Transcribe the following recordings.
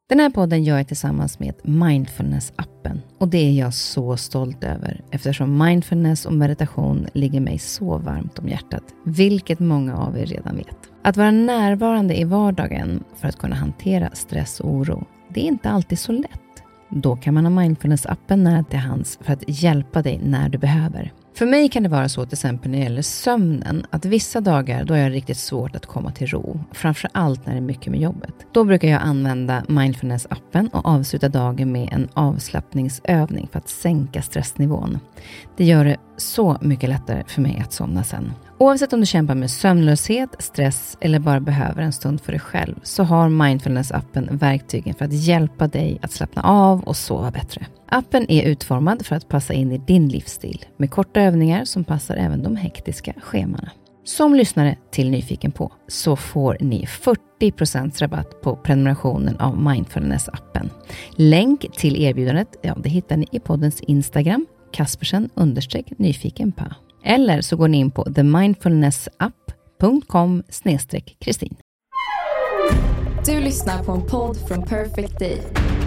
Den här podden gör jag tillsammans med Mindfulness-appen. Och det är jag så stolt över eftersom mindfulness och meditation ligger mig så varmt om hjärtat. Vilket många av er redan vet. Att vara närvarande i vardagen för att kunna hantera stress och oro, det är inte alltid så lätt. Då kan man ha Mindfulness-appen nära till hands för att hjälpa dig när du behöver. För mig kan det vara så till exempel när det gäller sömnen att vissa dagar då är jag riktigt svårt att komma till ro. Framförallt när det är mycket med jobbet. Då brukar jag använda Mindfulness-appen och avsluta dagen med en avslappningsövning för att sänka stressnivån. Det gör det så mycket lättare för mig att somna sen. Oavsett om du kämpar med sömnlöshet, stress eller bara behöver en stund för dig själv så har Mindfulness-appen verktygen för att hjälpa dig att slappna av och sova bättre. Appen är utformad för att passa in i din livsstil med korta övningar som passar även de hektiska schemana. Som lyssnare till Nyfiken på så får ni 40% rabatt på prenumerationen av Mindfulness-appen. Länk till erbjudandet, det hittar ni i poddens Instagram, Kaspersen_nyfikenpa. Eller så går ni in på themindfulnessapp.com/Kristin. Du lyssnar på en podd från Perfect Day.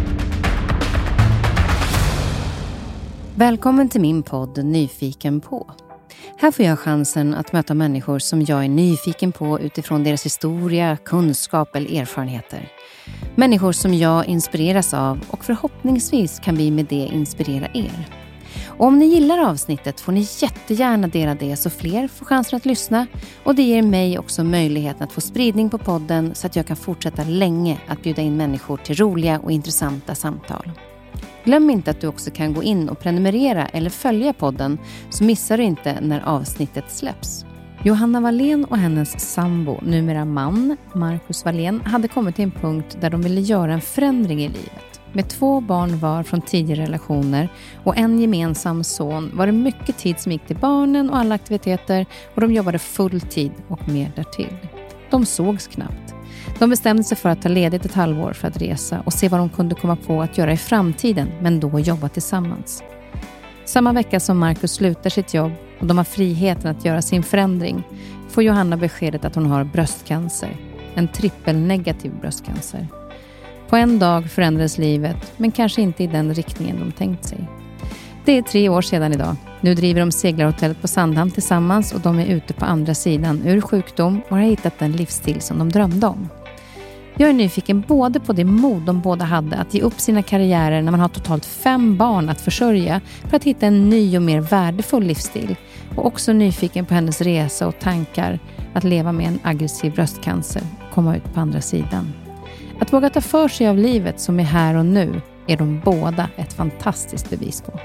Välkommen till min podd Nyfiken på. Här får jag chansen att möta människor som jag är nyfiken på utifrån deras historia, kunskap eller erfarenheter. Människor som jag inspireras av och förhoppningsvis kan vi med det inspirera er. Och om ni gillar avsnittet får ni jättegärna dela det så fler får chansen att lyssna. Och det ger mig också möjligheten att få spridning på podden så att jag kan fortsätta länge att bjuda in människor till roliga och intressanta samtal. Glöm inte att du också kan gå in och prenumerera eller följa podden så missar du inte när avsnittet släpps. Johanna Wallén och hennes sambo, numera man, Marcus Wallén, hade kommit till en punkt där de ville göra en förändring i livet. Med 2 barn var från tidigare relationer och en gemensam son var det mycket tid som gick till barnen och alla aktiviteter och de jobbade full tid och mer därtill. De sågs knappt. De bestämde sig för att ta ledigt ett halvår för att resa och se vad de kunde komma på att göra i framtiden men då jobba tillsammans. Samma vecka som Marcus slutar sitt jobb och de har friheten att göra sin förändring får Johanna beskedet att hon har bröstcancer. En trippelnegativ bröstcancer. På en dag förändrades livet, men kanske inte i den riktningen de tänkt sig. Det är 3 år sedan idag. Nu driver de seglarhotellet på Sandhamn tillsammans och de är ute på andra sidan ur sjukdom och har hittat den livsstil som de drömde om. Jag är nyfiken både på det mod de båda hade att ge upp sina karriärer när man har totalt 5 barn att försörja för att hitta en ny och mer värdefull livsstil. Och också nyfiken på hennes resa och tankar att leva med en aggressiv bröstcancer och komma ut på andra sidan. Att våga ta för sig av livet som är här och nu är de båda ett fantastiskt bevis på.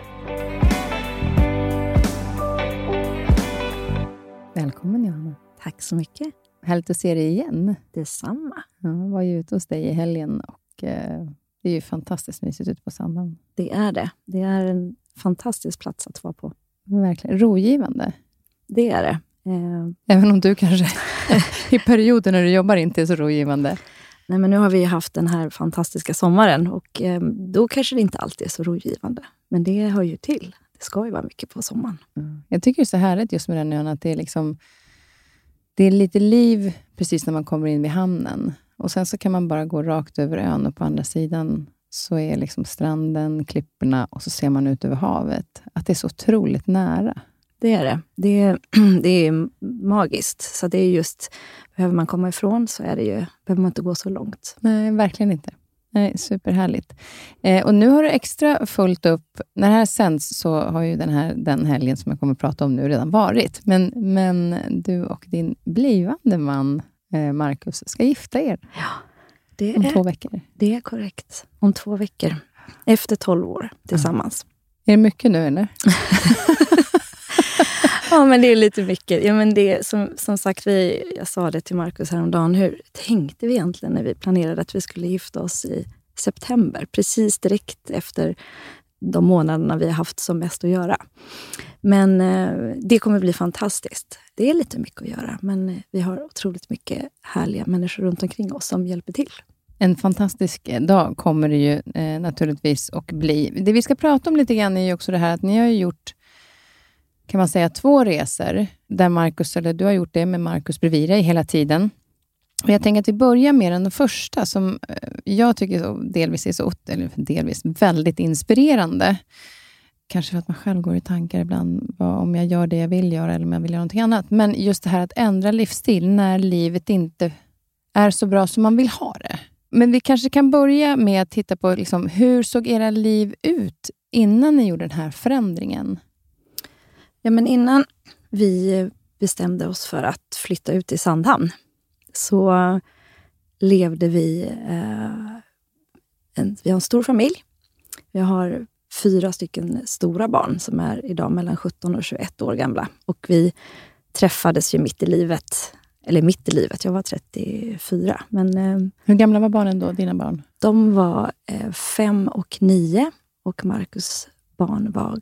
Välkommen Johanna. Tack så mycket. Härligt att se dig igen. Detsamma. Ja, jag var ju ute hos dig i helgen och det är ju fantastiskt mysigt ute på Sandhamn. Det är det. Det är en fantastisk plats att vara på. Verkligen rogivande. Det är det. Även om du kanske i perioder när du jobbar inte är så rogivande. Nej, men nu har vi haft den här fantastiska sommaren och då kanske det inte alltid är så rogivande. Men det hör ju till. Det ska ju vara mycket på sommaren. Jag tycker det är så härligt just med den ön att det är liksom det är lite liv precis när man kommer in vid hamnen. Och sen så kan man bara gå rakt över ön och på andra sidan så är liksom stranden, klipporna och så ser man ut över havet. Att det är så otroligt nära. Det är det. Det är magiskt. Så det är just, behöver man komma ifrån så är det ju, behöver man inte gå så långt. Nej, verkligen inte. Nej, superhärligt. Och nu har du extra fullt upp. När det här sänds så har ju den helgen som jag kommer att prata om nu redan varit. Men du och din blivande man Marcus ska gifta er. Ja, om 2 veckor. Det är korrekt. Om 2 veckor. Efter 12 år tillsammans. Är det mycket nu eller? Ja, men det är lite mycket. Ja, men det som sagt, jag sa det till Marcus häromdagen. Hur tänkte vi egentligen när vi planerade att vi skulle gifta oss i september? Precis direkt efter de månaderna vi har haft som mest att göra. Men det kommer bli fantastiskt. Det är lite mycket att göra, men vi har otroligt mycket härliga människor runt omkring oss som hjälper till. En fantastisk dag kommer det ju naturligtvis att bli. Det vi ska prata om lite grann är ju också det här att ni har ju gjort, kan man säga, 2 resor där Marcus, eller du har gjort det med Marcus bredvid dig hela tiden. Och jag tänker att vi börjar med den första som jag tycker delvis är väldigt inspirerande. Kanske för att man själv går i tankar ibland om jag gör det jag vill göra eller om jag vill göra någonting annat. Men just det här att ändra livsstil när livet inte är så bra som man vill ha det. Men vi kanske kan börja med att titta på liksom, hur såg era liv ut innan ni gjorde den här förändringen? Ja, men innan vi bestämde oss för att flytta ut till Sandhamn så levde vi vi har en stor familj. Vi har 4 stycken stora barn som är idag mellan 17 och 21 år gamla. Och vi träffades ju mitt i livet, jag var 34. Men, hur gamla var barnen då, dina barn? De var 5 och 9 och Marcus barn var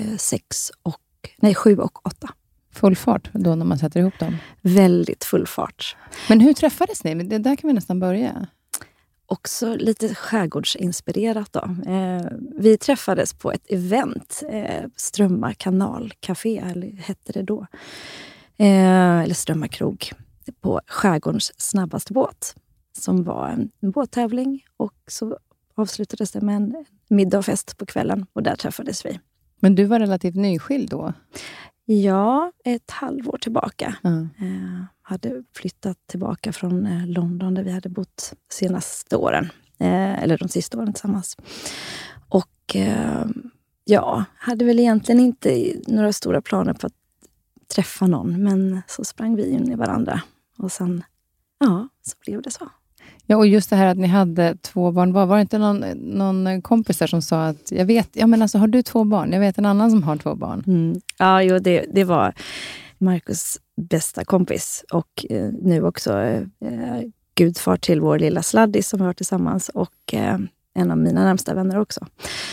7 och 8. Full fart då när man sätter ihop dem? Väldigt full fart. Men hur träffades ni? Det där kan vi nästan börja. Också lite skärgårdsinspirerat då. Vi träffades på ett event, Strömmar kanalcafé, eller hette det då. Eller Strömmar krog, på skärgårdens snabbaste båt. Som var en båttävling och så avslutades det med en middag och fest på kvällen och där träffades vi. Men du var relativt nyskild då? Ja, ett halvår tillbaka. Hade flyttat tillbaka från London där vi hade bott senaste åren. Eller de sista åren tillsammans. Och hade väl egentligen inte några stora planer på att träffa någon. Men så sprang vi in i varandra. Och sen, så blev det så. Ja, och just det här att ni hade 2 barn. Var det inte någon kompis där som sa att har du 2 barn? Jag vet en annan som har 2 barn. Ja, jo, det var Marcus bästa kompis. Och nu också gudfar till vår lilla sladdis som vi har tillsammans. Och en av mina närmsta vänner också.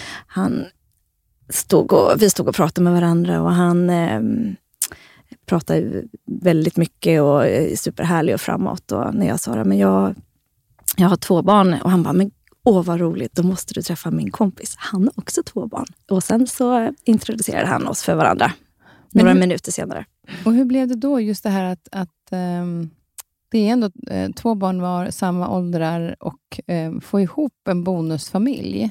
Vi stod och pratade med varandra och han pratade väldigt mycket och är superhärlig och framåt. Och när jag sa det, men jag har 2 barn och han bara, men vad roligt, då måste du träffa min kompis. Han har också 2 barn. Och sen så introducerade han oss för varandra några minuter senare. Och hur blev det då just det här att det är ändå 2 barn var samma åldrar och få ihop en bonusfamilj?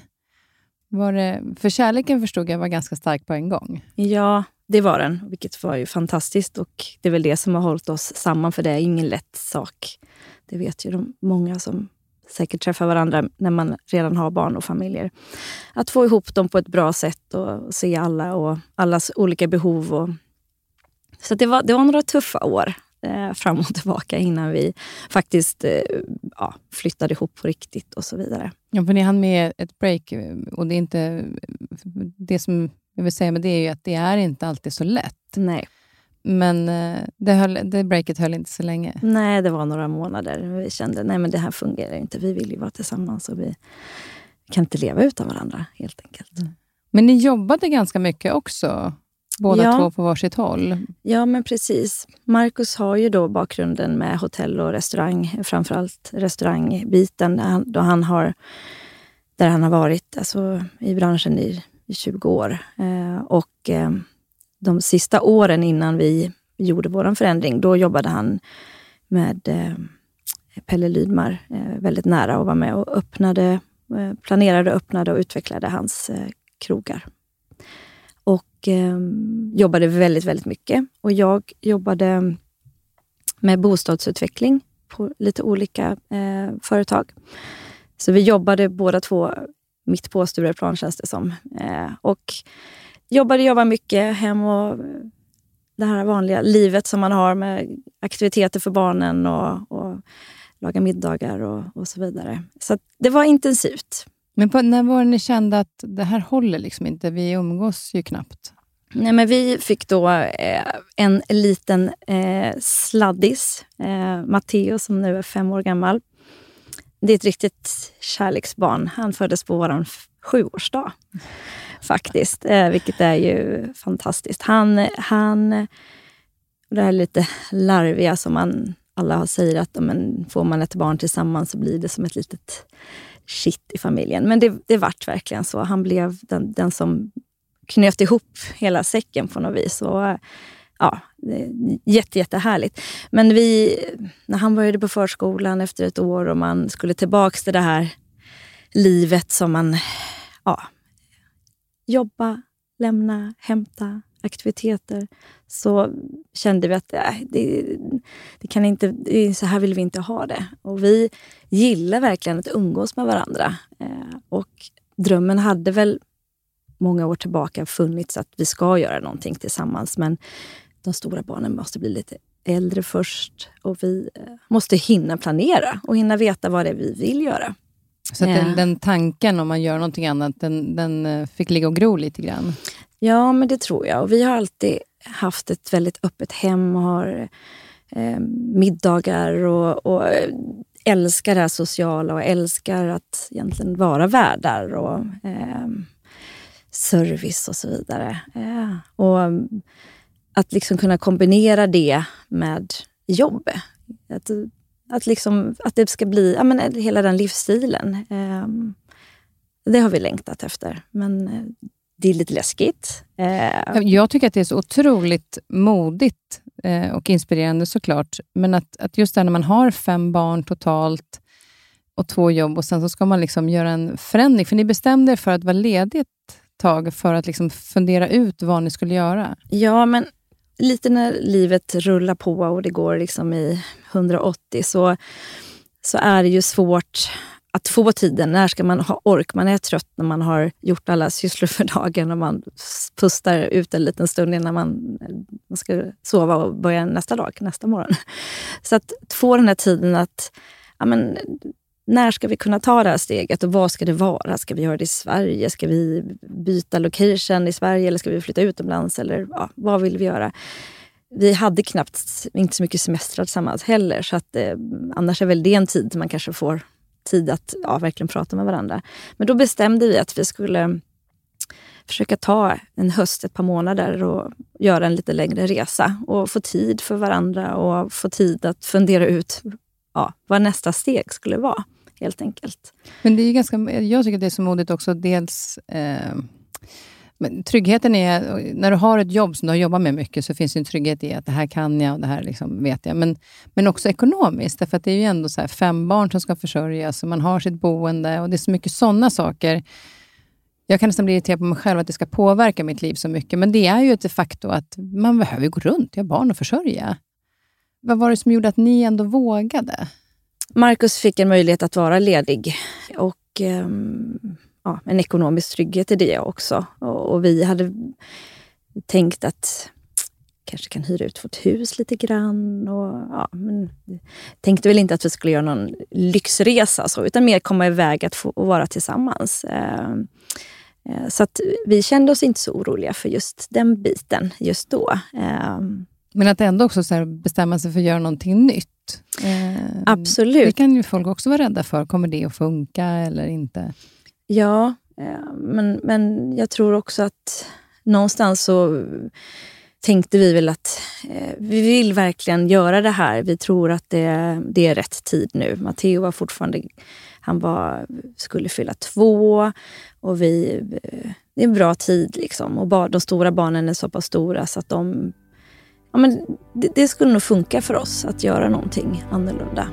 För kärleken förstod jag var ganska stark på en gång. Ja, det var den, vilket var ju fantastiskt och det är väl det som har hållit oss samman för det är ingen lätt sak. Det vet ju många som säkert träffar varandra när man redan har barn och familjer. Att få ihop dem på ett bra sätt och se alla och allas olika behov. Så det var några tuffa år fram och tillbaka innan vi faktiskt flyttade ihop på riktigt och så vidare. Ja, för ni hann med ett break och det är inte det som jag vill säga med det är ju att det är inte alltid så lätt. Nej. Men det breaket höll inte så länge. Nej, det var några månader. Vi kände, men det här fungerar inte. Vi vill ju vara tillsammans och vi kan inte leva utan varandra helt enkelt. Mm. Men ni jobbade ganska mycket också, båda 2 på varsitt håll. Ja, men precis. Marcus har ju då bakgrunden med hotell och restaurang, framförallt restaurangbiten där han har varit alltså, i branschen i 20 år. Och de sista åren innan vi gjorde vår förändring, då jobbade han med Pelle Lydmar väldigt nära och var med och öppnade och utvecklade hans krogar. Och jobbade väldigt, väldigt mycket. Och jag jobbade med bostadsutveckling på lite olika företag. Så vi jobbade båda 2 mitt på Stureplan känns det som. Och jobbade mycket hem och det här vanliga livet som man har med aktiviteter för barnen och laga middagar och så vidare. Så det var intensivt. Men när var ni kände att det här håller liksom inte? Vi umgås ju knappt. Nej, men vi fick då en liten sladdis, Matteo som nu är 5 år gammal. Det är ett riktigt kärleksbarn. Han föddes på våran 7-årsdag faktiskt, vilket är ju fantastiskt. Han det är lite larviga som alla säger att får man ett barn tillsammans så blir det som ett litet shit i familjen. Men det vart verkligen så. Han blev den som knöt ihop hela säcken på något vis. Och ja, jättehärligt. Men när han började på förskolan efter ett år och man skulle tillbaka till det här livet som man, jobba, lämna, hämta, aktiviteter, så kände vi att det kan inte, så här vill vi inte ha det. Och vi gillar verkligen att umgås med varandra. Och drömmen hade väl många år tillbaka funnits att vi ska göra någonting tillsammans. Men de stora barnen måste bli lite äldre först. Och vi måste hinna planera och hinna veta vad det är vi vill göra. Så att den tanken om man gör någonting annat, den fick ligga och gro lite grann? Ja, men det tror jag. Och vi har alltid haft ett väldigt öppet hem och har middagar och älskar det här sociala och älskar att egentligen vara värdar och service och så vidare. Och att liksom kunna kombinera det med jobb. Att det ska bli hela den livsstilen. Det har vi längtat efter. Men det är lite läskigt. Jag tycker att det är så otroligt modigt och inspirerande såklart. Men att just där när man har 5 barn totalt och 2 jobb och sen så ska man liksom göra en förändring. För ni bestämde er för att vara ledig ett tag för att liksom fundera ut vad ni skulle göra. Ja, men lite när livet rullar på och det går liksom i 180 så är det ju svårt att få tiden. När ska man ha ork? Man är trött när man har gjort alla sysslor för dagen och man pustar ut en liten stund innan man ska sova och börja nästa morgon. Så att få den här tiden att när ska vi kunna ta det här steget och vad ska det vara? Ska vi göra det i Sverige? Ska vi byta location i Sverige eller ska vi flytta utomlands? Eller vad vill vi göra? Vi hade inte så mycket semestrar tillsammans heller, så att annars är väl det en tid man kanske får tid att verkligen prata med varandra. Men då bestämde vi att vi skulle försöka ta en höst, ett par månader och göra en lite längre resa och få tid för varandra och få tid att fundera ut vad nästa steg skulle vara, helt enkelt. Men det är jag tycker att det är så modigt också, dels men tryggheten är, när du har ett jobb som du har jobbat med mycket så finns det en trygghet i att det här kan jag och det här liksom vet jag. Men också ekonomiskt, därför att det är ju ändå så här 5 barn som ska försörjas och man har sitt boende och det är så mycket sådana saker. Jag kan nästan bli irriterad på mig själv att det ska påverka mitt liv så mycket, men det är ju ett faktum att man behöver gå runt, jag har barn att försörja. Vad var det som gjorde att ni ändå vågade? Marcus fick en möjlighet att vara ledig och en ekonomisk trygghet i det också. Och vi hade tänkt att kanske kan hyra ut vårt hus lite grann. Men tänkte väl inte att vi skulle göra någon lyxresa utan mer komma iväg att få vara tillsammans. Så att vi kände oss inte så oroliga för just den biten just då. Men att ändå också så här bestämma sig för att göra någonting nytt. Absolut. Det kan ju folk också vara rädda för. Kommer det att funka eller inte? Ja, men jag tror också att någonstans så tänkte vi väl att vi vill verkligen göra det här. Vi tror att det är rätt tid nu. Matteo var fortfarande, skulle fylla 2 och det är en bra tid liksom. Och de stora barnen är så pass stora så att det skulle nog funka för oss att göra någonting annorlunda.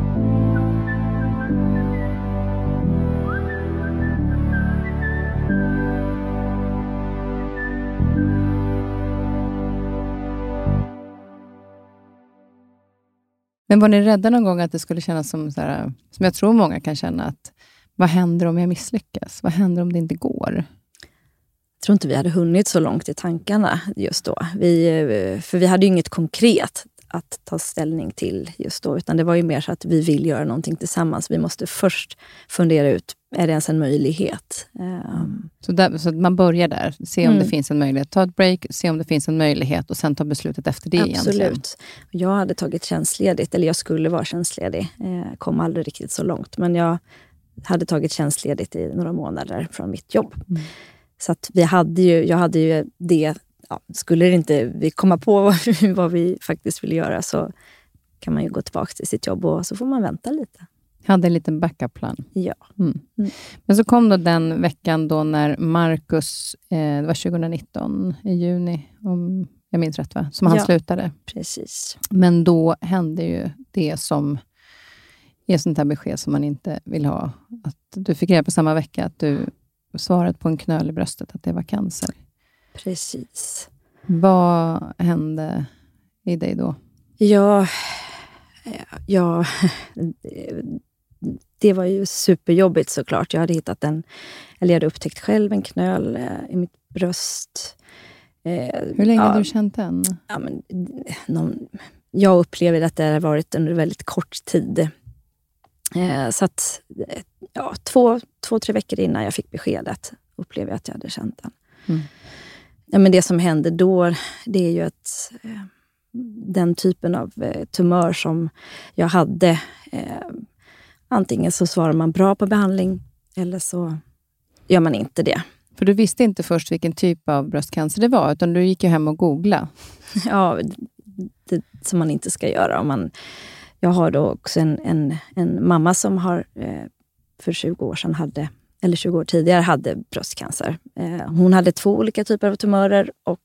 Men var ni rädda någon gång att det skulle kännas som jag tror många kan känna att vad händer om jag misslyckas? Vad händer om det inte går? Jag tror inte vi hade hunnit så långt i tankarna just då. För vi hade ju inget konkret att ta ställning till just då. Utan det var ju mer så att vi vill göra någonting tillsammans. Vi måste först fundera ut, är det ens en möjlighet? Så man börjar där. Se om det finns en möjlighet. Ta ett break, se om det finns en möjlighet och sen ta beslutet efter det. Absolut. Egentligen. Jag hade tagit tjänstledigt, eller jag skulle vara tjänstledig. Kom aldrig riktigt så långt. Men jag hade tagit tjänstledigt i några månader från mitt jobb. Så att jag hade ju det, skulle det inte vi komma på vad vi faktiskt vill göra så kan man ju gå tillbaka till sitt jobb och så får man vänta lite. Hade en liten backup-plan. Ja. Men så kom då den veckan då när Marcus, det var 2019 i juni, om jag minns rätt va? Som han slutade. Precis. Men då hände ju det som är sånt här besked som man inte vill ha. Att du fick reda på samma vecka att du svarat på en knöl i bröstet att det var cancer. Precis. Vad hände i dig då? Ja, det var ju superjobbigt såklart. Jag hade jag hade upptäckt själv en knöl i mitt bröst. Hur länge har du känt den? Ja, jag upplever att det har varit under väldigt kort tid. Så att 2-3 veckor innan jag fick beskedet upplevde jag att jag hade känt den. Mm. Ja, men det som hände då, det är ju att den typen av tumör som jag hade, antingen så svarar man bra på behandling eller så gör man inte det. För du visste inte först vilken typ av bröstcancer det var, utan du gick ju hem och googlade. Ja, det som man inte ska göra. Jag har då också en mamma som har för 20 år sedan 20 år tidigare hade bröstcancer. Hon hade 2 olika typer av tumörer och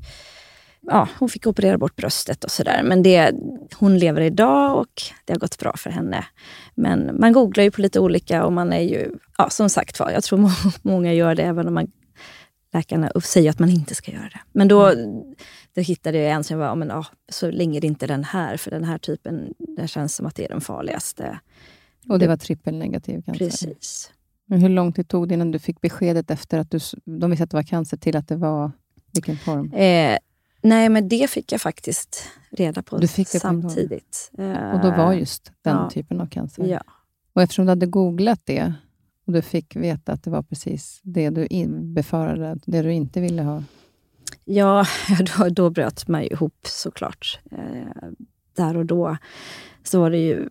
hon fick operera bort bröstet och sådär. Men hon lever idag och det har gått bra för henne. Men man googlar ju på lite olika och man är ju, som sagt var, jag tror många gör det även om läkarna säger att man inte ska göra det. Men då hittade jag en som var, så länge det inte är den här, för den här typen, det känns som att det är den farligaste. Och det var trippelnegativ cancer? Precis. Men hur lång tid tog det innan du fick beskedet efter att de visste att det var cancer till att det var vilken form? Nej, men det fick jag faktiskt reda på du fick samtidigt. Och då var just den typen av cancer? Ja. Och eftersom du hade googlat det och du fick veta att det var precis det du befarade, det du inte ville ha? Ja, då bröt man ju ihop såklart. Där och då så var det ju,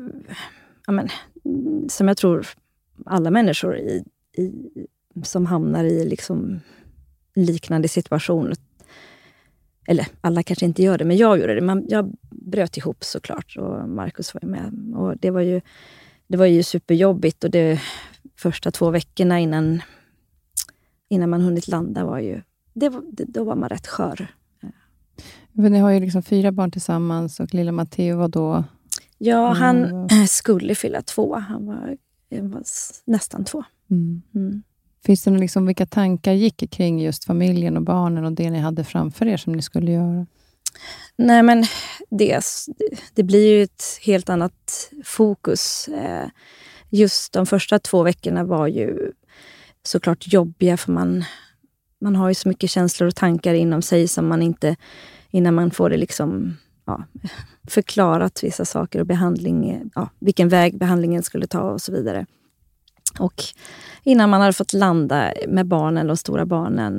som jag tror alla människor som hamnar i liksom liknande situation, eller alla kanske inte gör det, men jag gjorde det. Jag bröt ihop såklart och Marcus var ju med. Och det var ju superjobbigt och det första 2 veckorna innan man hunnit landa var ju, då var man rätt skör. Men ni har ju liksom 4 barn tillsammans och lilla Matteo var då? Ja, han skulle fylla 2. Han var nästan 2. Mm. Finns det liksom, vilka tankar gick kring just familjen och barnen och det ni hade framför er som ni skulle göra? Nej, men det blir ju ett helt annat fokus. Just de första 2 veckorna var ju såklart jobbiga, för man har ju så mycket känslor och tankar inom sig som man inte, innan man får det liksom förklarat vissa saker och behandling, vilken väg behandlingen skulle ta och så vidare. Och innan man hade fått landa med barnen och stora barnen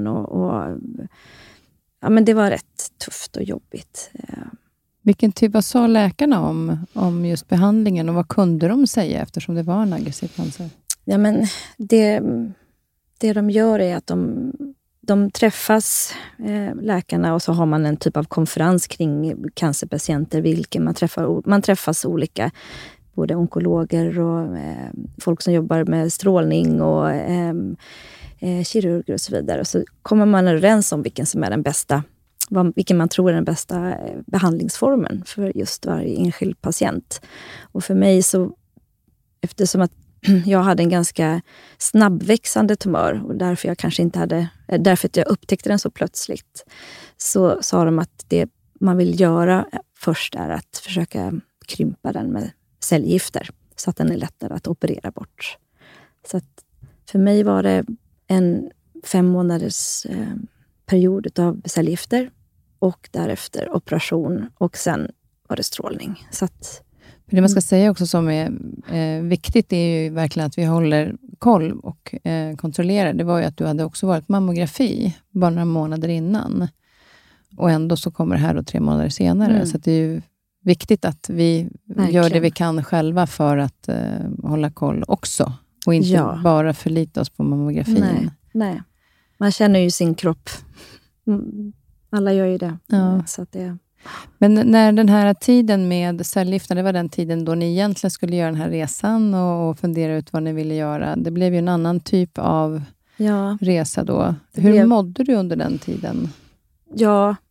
men det var rätt tufft och jobbigt. Vilken typ, vad sa läkarna om just behandlingen och vad kunde de säga eftersom det var en aggressiv cancer? Ja, men det de gör är att de träffas, läkarna, och så har man en typ av konferens kring cancerpatienter. Man träffas olika, både onkologer och folk som jobbar med strålning och kirurger och så vidare. Och så kommer man överens om vilken som är den bästa, vilken man tror är den bästa behandlingsformen för just varje enskild patient. Och för mig så, eftersom att jag hade en ganska snabbväxande tumör och därför att jag upptäckte den så plötsligt, så sa de att det man vill göra först är att försöka krympa den med cellgifter så att den är lättare att operera bort. Så att för mig var det en 5 månaders period av cellgifter och därefter operation och sen var det strålning. Så att det man ska säga också som är viktigt är ju verkligen att vi håller koll och kontrollerar. Det var ju att du hade också varit mammografi bara några månader innan. Och ändå så kommer det här då 3 månader senare. Så att det är ju viktigt att vi gör det vi kan själva för att hålla koll också. Och inte bara förlita oss på mammografin. Nej. Man känner ju sin kropp. Alla gör ju det. Ja. Så att det. Men när den här tiden med cellgifterna, det var den tiden då ni egentligen skulle göra den här resan och fundera ut vad ni ville göra. Det blev ju en annan typ av resa då. Hur mådde du under den tiden? Ja,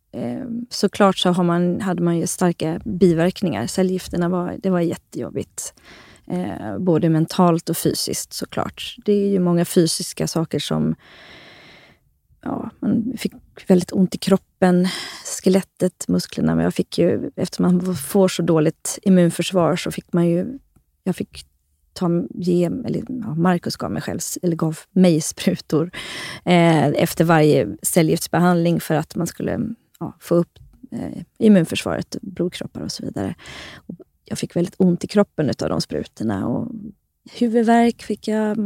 såklart så hade man ju starka biverkningar. Cellgifterna det var jättejobbigt. Både mentalt och fysiskt såklart. Det är ju många fysiska saker som... Ja, man fick väldigt ont i kroppen, skelettet, musklerna. Men jag fick ju, eftersom man får så dåligt immunförsvar så fick man ju... Jag fick Marcus gav mig sprutor efter varje cellgiftsbehandling för att man skulle få upp immunförsvaret, blodkroppar och så vidare. Och jag fick väldigt ont i kroppen utav de sprutorna och huvudvärk fick jag.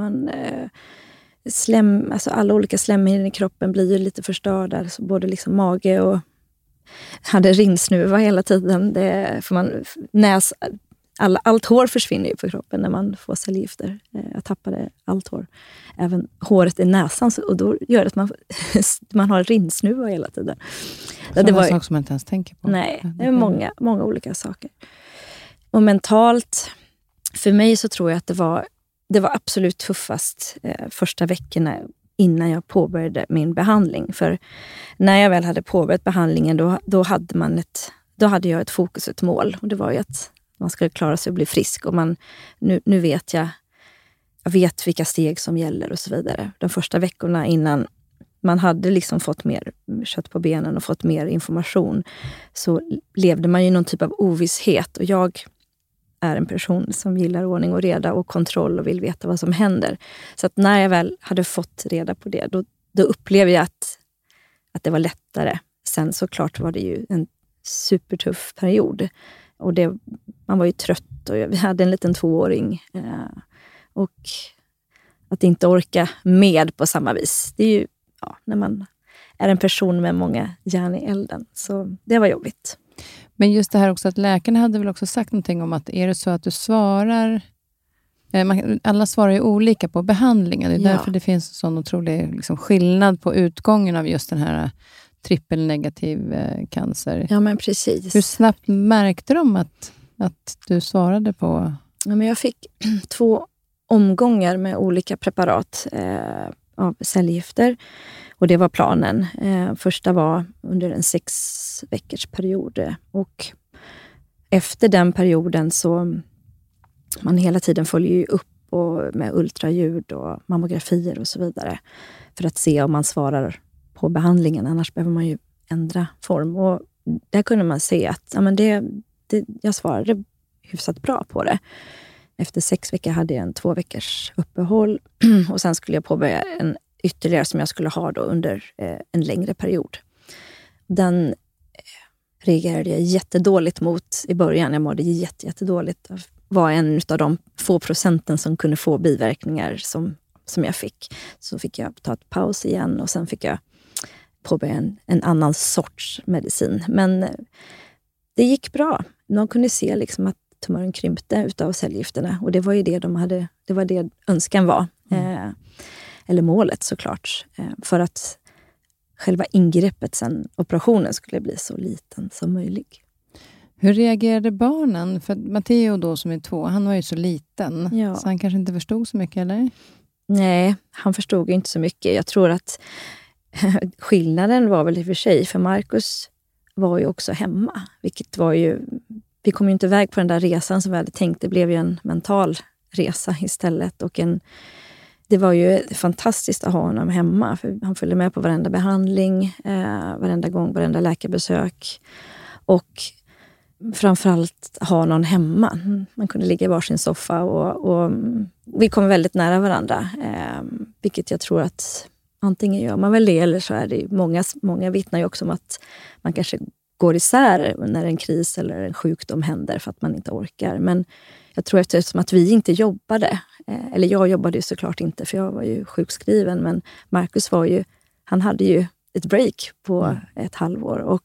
Alltså alla olika slemhinnor i kroppen blir ju lite förstörda, så både liksom mage och hade rinnsnuva hela tiden. Allt hår försvinner ju på kroppen när man får cellgifter. Jag tappade allt hår. Även håret i näsan. Och då gör det att man har rinnsnuva hela tiden. Det var en sak som man inte ens tänker på. Nej, det är många olika saker. Och mentalt, för mig så tror jag att det var absolut tuffast första veckorna innan jag påbörjade min behandling. För när jag väl hade påbörjat behandlingen då hade jag ett fokus, ett mål. Och det var ju att man ska klara sig och bli frisk. Och nu vet jag vet vilka steg som gäller och så vidare. De första veckorna innan man hade liksom fått mer kött på benen och fått mer information så levde man ju någon typ av ovisshet. Och jag är en person som gillar ordning och reda och kontroll och vill veta vad som händer. Så att när jag väl hade fått reda på det, då upplevde jag att det var lättare. Sen såklart var det ju en supertuff period. Och man var ju trött och vi hade en liten 2-åring. Och att inte orka med på samma vis. Det är ju när man är en person med många järn i elden. Så det var jobbigt. Men just det här också att läkarna hade väl också sagt någonting om att är det så att du svarar... alla svarar ju olika på behandlingen. Det är därför det finns en sån otrolig liksom, skillnad på utgången av just den här trippelnegativ cancer. Ja, men precis. Hur snabbt märkte de att du svarade på... Ja, men jag fick 2 omgångar med olika preparat av cellgifter. Och det var planen. Första var under en 6 veckors period. Och efter den perioden så... Man hela tiden följer ju upp med ultraljud och mammografier och så vidare. För att se om man svarar på behandlingen. Annars behöver man ju ändra form. Och där kunde man se att jag svarade hyfsat bra på det. Efter 6 veckor hade jag en 2 veckors uppehåll. Och sen skulle jag påbörja en ytterligare som jag skulle ha då under en längre period. Den reagerade jag jättedåligt mot i början. Jag mådde jättedåligt. Var en av de få procenten som kunde få biverkningar som jag fick. Så fick jag ta ett paus igen och sen fick jag påbörja en annan sorts medicin. Men det gick bra. De kunde se liksom att tumören krympte utav cellgifterna. Och det var ju det var det önskan var. Eller målet såklart. För att själva ingreppet sen, operationen, skulle bli så liten som möjligt. Hur reagerade barnen? För Matteo då som är 2, han var ju så liten. Ja. Så han kanske inte förstod så mycket, eller? Nej, han förstod ju inte så mycket. Jag tror att skillnaden var väl i och för sig. För Marcus var ju också hemma. Vilket var ju... Vi kom ju inte iväg på den där resan som vi hade tänkt. Det blev ju en mental resa istället. Och det var ju fantastiskt att ha honom hemma. För han följde med på varenda behandling. Varenda gång, varenda läkarbesök. Och... framförallt ha någon hemma. Man kunde ligga i varsin soffa och vi kom väldigt nära varandra. Vilket jag tror att antingen gör man väl det eller så är det många vittnar ju också om att man kanske går isär när en kris eller en sjukdom händer för att man inte orkar. Men jag tror eftersom att vi inte jobbade, eller jag jobbade ju såklart inte för jag var ju sjukskriven, men Marcus han hade ju ett break på ett halvår och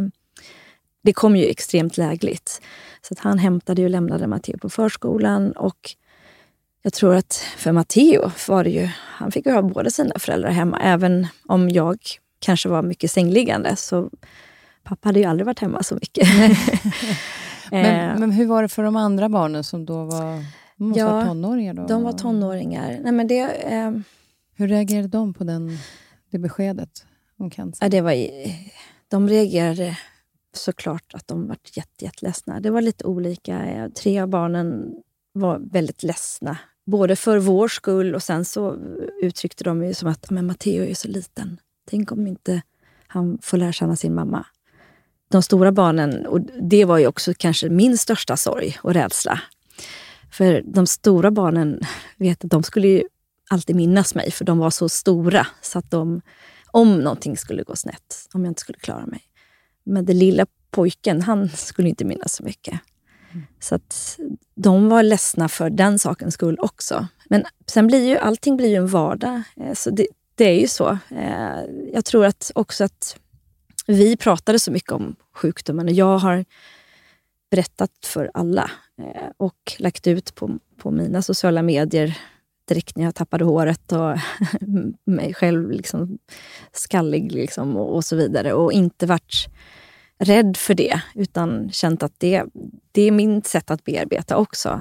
det kom ju extremt lägligt. Så att han hämtade och lämnade Matteo på förskolan. Och jag tror att för Matteo var det ju... Han fick ju ha båda sina föräldrar hemma. Även om jag kanske var mycket sängliggande. Så pappa hade ju aldrig varit hemma så mycket. men hur var det för de andra barnen som då var... var tonåringar då? De var tonåringar. Nej, men hur reagerade de på det beskedet om cancer? Ja, de reagerade såklart att de var jätteledsna. Det var lite olika. 3 av barnen var väldigt ledsna. Både för vår skull och sen så uttryckte de ju som att men Matteo är ju så liten. Tänk om inte han får lära känna sin mamma. De stora barnen, och det var ju också kanske min största sorg och rädsla. För de stora barnen, vet att de skulle ju alltid minnas mig, för de var så stora så att om någonting skulle gå snett, om jag inte skulle klara mig. Men den lilla pojken, han skulle inte minnas så mycket. Så att de var ledsna för den sakens skull också. Men sen allting blir ju en vardag. Så det är ju så. Jag tror att också att vi pratade så mycket om sjukdomen. Och jag har berättat för alla och lagt ut på mina sociala medier direkt när jag tappade håret och mig själv liksom skallig liksom och så vidare. Och inte varit rädd för det, utan känt att det är min sätt att bearbeta också.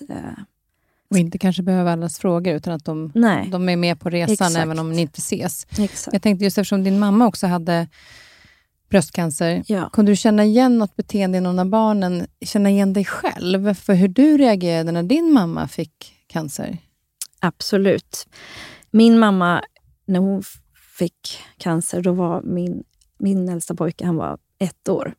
Och inte kanske behöva allas frågor, utan att de är med på resan. Exakt. Även om ni inte ses. Exakt. Jag tänkte just eftersom din mamma också hade bröstcancer. Ja. Kunde du känna igen något beteende i någon av barnen? Känna igen dig själv för hur du reagerade när din mamma fick cancer? Absolut. Min mamma, när hon fick cancer, då var min äldsta pojke, han var 1 år.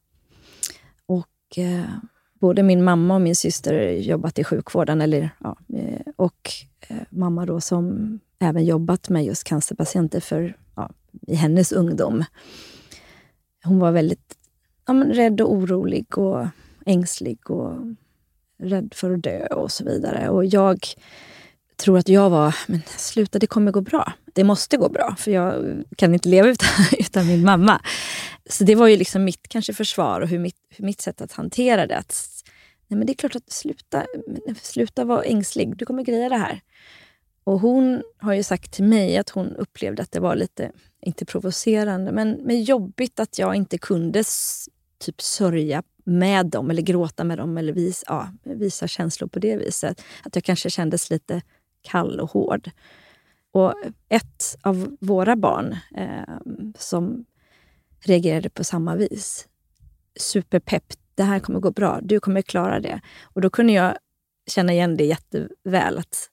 Och både min mamma och min syster jobbat i sjukvården. Och mamma då som även jobbat med just cancerpatienter i hennes ungdom. Hon var väldigt rädd och orolig och ängslig och rädd för att dö och så vidare. Och jag tror att jag var, men sluta, det kommer gå bra. Det måste gå bra, för jag kan inte leva utan min mamma. Så det var ju liksom mitt kanske försvar och hur mitt sätt att hantera det. Nej, men det är klart att sluta vara ängslig, du kommer greja det här. Och hon har ju sagt till mig att hon upplevde att det var lite, inte provocerande, men jobbigt att jag inte kunde typ sörja med dem eller gråta med dem eller visa känslor på det viset. Att jag kanske kändes lite kall och hård. Och ett av våra barn som reagerade på samma vis. Superpepp, det här kommer gå bra, du kommer klara det. Och då kunde jag känna igen det jätteväl. Att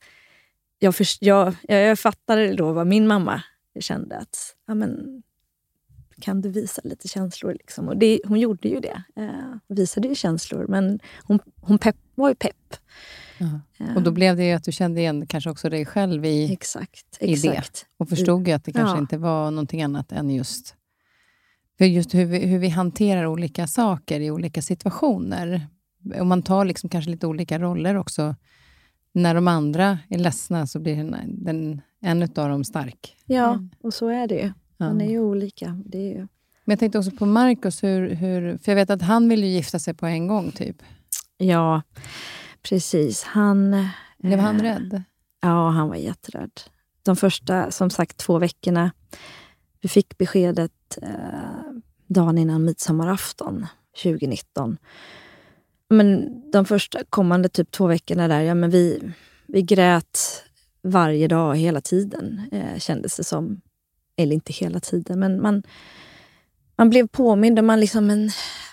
jag fattade då vad min mamma kände. Att, kan du visa lite känslor? Liksom. Och hon gjorde ju det. Visade ju känslor, men hon var ju pepp. Och då blev det ju att du kände igen kanske också dig själv i det. Och förstod ju att det kanske inte var någonting annat än just hur vi hanterar olika saker i olika situationer. Och man tar liksom kanske lite olika roller också. När de andra är ledsna så blir en av dem stark. Ja, och så är det ju. Man är ju olika. Det är ju... Men jag tänkte också på Marcus, för jag vet att han ville gifta sig på en gång typ. Ja, precis. Blev han rädd? Ja, han var jätterädd. De första, som sagt, 2 veckorna. Vi fick beskedet dagen innan midsommarafton 2019. Men de första kommande typ 2 veckorna där, men vi grät varje dag hela tiden, kändes det som. Eller inte hela tiden, men man blev påmind och man liksom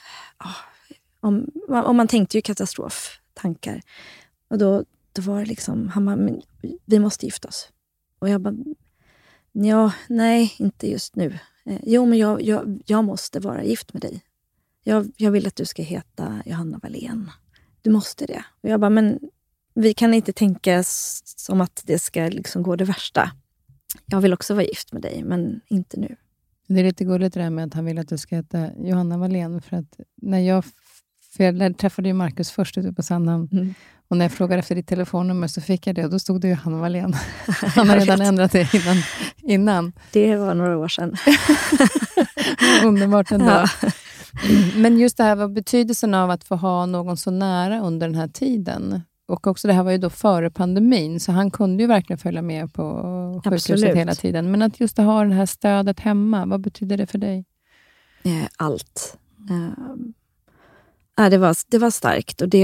om man tänkte ju katastroftankar. Och då var det liksom, han bara, vi måste gifta oss. Och jag bara, nej, inte just nu. Jo, men jag måste vara gift med dig. Jag vill att du ska heta Johanna Wallén. Du måste det. Och jag bara, men vi kan inte tänka som att det ska liksom gå det värsta. Jag vill också vara gift med dig, men inte nu. Det är lite gulligt det där med att han vill att du ska heta Johanna Wallén. För att jag träffade ju Marcus först ute på Sandhamn. Mm. Och när jag frågade efter ditt telefonnummer så fick jag det. Och då stod det Johanna Wallén. Han har redan ändrat det innan. Det var några år sedan. Underbart ändå. Ja. Men just det här var betydelsen av att få ha någon så nära under den här tiden. Och också det här var ju då före pandemin. Så han kunde ju verkligen följa med på sjukhuset hela tiden. Men att just ha det här stödet hemma, vad betyder det för dig? Allt. Det var starkt. Och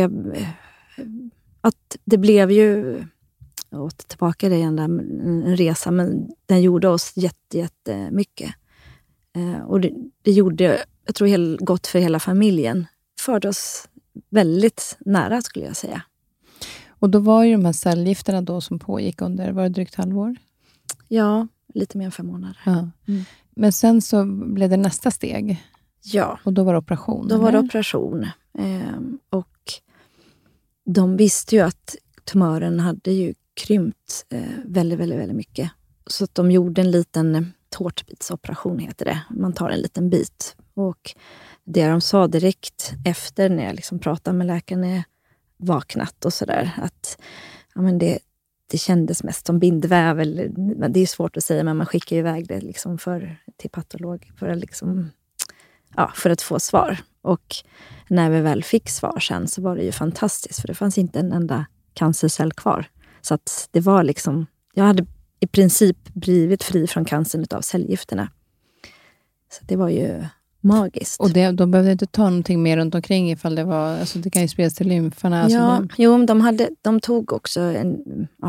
det blev ju, tillbaka det igen där, en resa. Men den gjorde oss jättemycket. Och det gjorde jag tror gott för hela familjen. Förde oss väldigt nära skulle jag säga. Och då var ju de här cellgifterna då som pågick under, var det drygt halvår? Ja, lite mer än 5 månader. Ja. Men sen så blev det nästa steg. Ja. Och då var det operation? Då var det operation. Och de visste ju att tumören hade ju krympt väldigt, väldigt, väldigt mycket. Så att de gjorde en liten tårtbitsoperation heter det. Man tar en liten bit. Och det de sa direkt efter när jag liksom pratade med läkaren när jag vaknat och sådär. Att ja, men det kändes mest som bindväv. Eller, det är svårt att säga men man skickar iväg det liksom till patolog. För att få svar. Och när vi väl fick svar sen så var det ju fantastiskt. För det fanns inte en enda cancercell kvar. Så att det var liksom, jag hade i princip blivit fri från cancern av cellgifterna. Så det var ju magiskt. Och de behövde inte ta någonting mer runt omkring ifall det var, alltså det kan ju spridas till lymfarna. Ja, de tog också en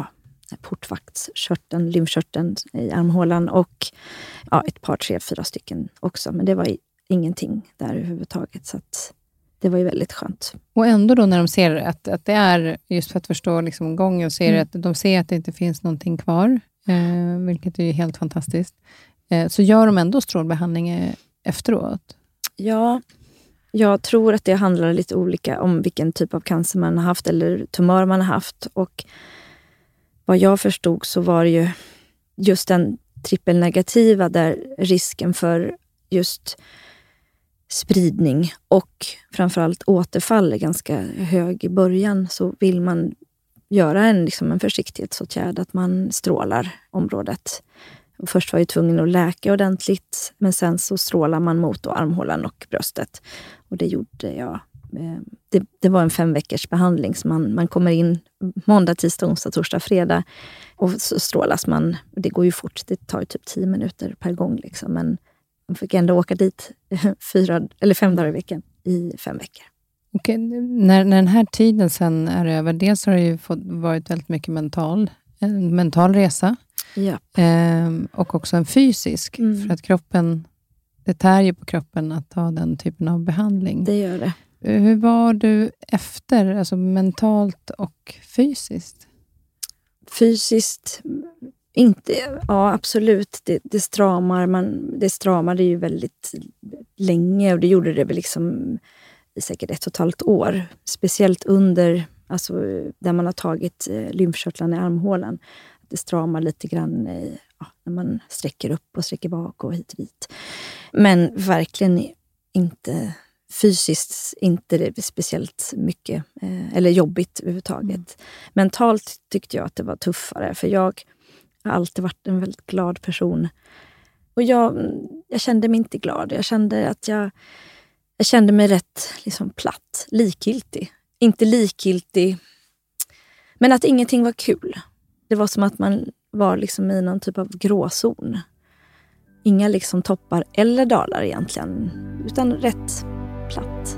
portvaktskörteln, lymfkörteln i armhålan och ett par, 3, 4 stycken också. Men det var ingenting där överhuvudtaget så att det var ju väldigt skönt. Och ändå då när de ser att det är, just för att förstå liksom gången, och ser att de ser att det inte finns någonting kvar, vilket är ju helt fantastiskt, så gör de ändå strålbehandling efteråt? Ja, jag tror att det handlar lite olika om vilken typ av cancer man har haft eller tumör man har haft. Och vad jag förstod så var det ju just den trippelnegativa där risken för just spridning och framförallt återfall är ganska hög i början, så vill man göra en försiktighetsåtgärd att man strålar området. Och först var jag tvungen att läka ordentligt, men sen så strålar man mot armhålan och bröstet. Och det gjorde jag. Det var en 5 veckors behandling, så man kommer in måndag, tisdag, onsdag, torsdag, fredag och så strålas man. Det går ju fort, det tar ju typ 10 minuter per gång liksom, men man fick ändå åka dit 4 eller 5 dagar i veckan i 5 veckor. Okej, när den här tiden sen är över, dels har det ju varit väldigt mycket en mental resa. Ja. Och också en fysisk. För att kroppen, det tär ju på kroppen att ha den typen av behandling. Det gör det. Hur var du efter, alltså mentalt och fysiskt? Fysiskt, inte, ja absolut. Det stramade ju väldigt länge och det gjorde det väl liksom i säkert 1,5 år. Speciellt under, alltså där man har tagit lymfkörtlarna i armhålan. Det stramar lite grann när man sträcker upp och sträcker bak och hit och dit. Men verkligen inte fysiskt, inte det speciellt mycket eller jobbigt överhuvudtaget. Mentalt tyckte jag att det var tuffare, för jag har alltid varit en väldigt glad person. Och jag kände mig inte glad. Jag kände att jag kände mig rätt liksom platt, likgiltig. Inte likgiltig, men att ingenting var kul. Det var som att man var liksom i någon typ av gråzon. Inga liksom toppar eller dalar egentligen, utan rätt platt.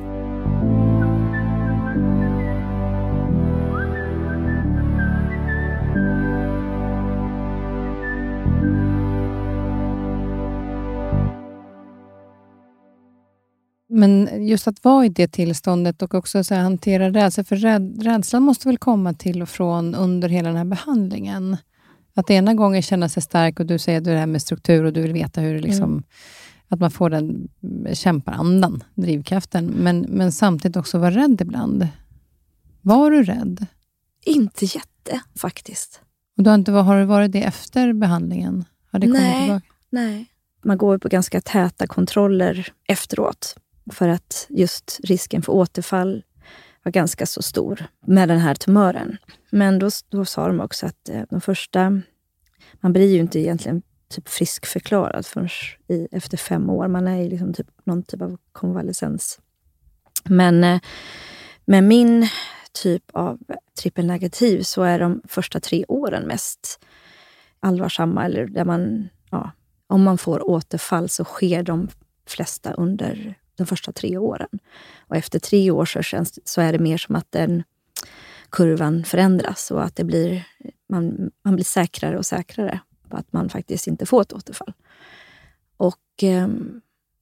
Men just att vara i det tillståndet och också så här, hantera rädsla. För rädslan måste väl komma till och från under hela den här behandlingen. Att ena gången känna sig stark och du säger det här med struktur och du vill veta hur det liksom, att man får den kämparandan, drivkraften. Men samtidigt också vara rädd ibland. Var du rädd? Inte jätte faktiskt. Och har du varit det efter behandlingen? Har det kommit tillbaka? Nej. Man går på ganska täta kontroller efteråt. För att just risken för återfall var ganska så stor med den här tumören. Men då sa de också att de första, man blir ju inte egentligen typ friskförklarad förrän efter 5 år. Man är ju liksom typ någon typ av konvalescens. Men med min typ av trippelnegativ så är de första 3 åren mest allvarsamma. Eller där man, om man får återfall så sker de flesta under de första 3 åren. Och efter 3 år så är det mer som att den kurvan förändras och att det blir, man blir säkrare och säkrare på att man faktiskt inte får ett återfall. Och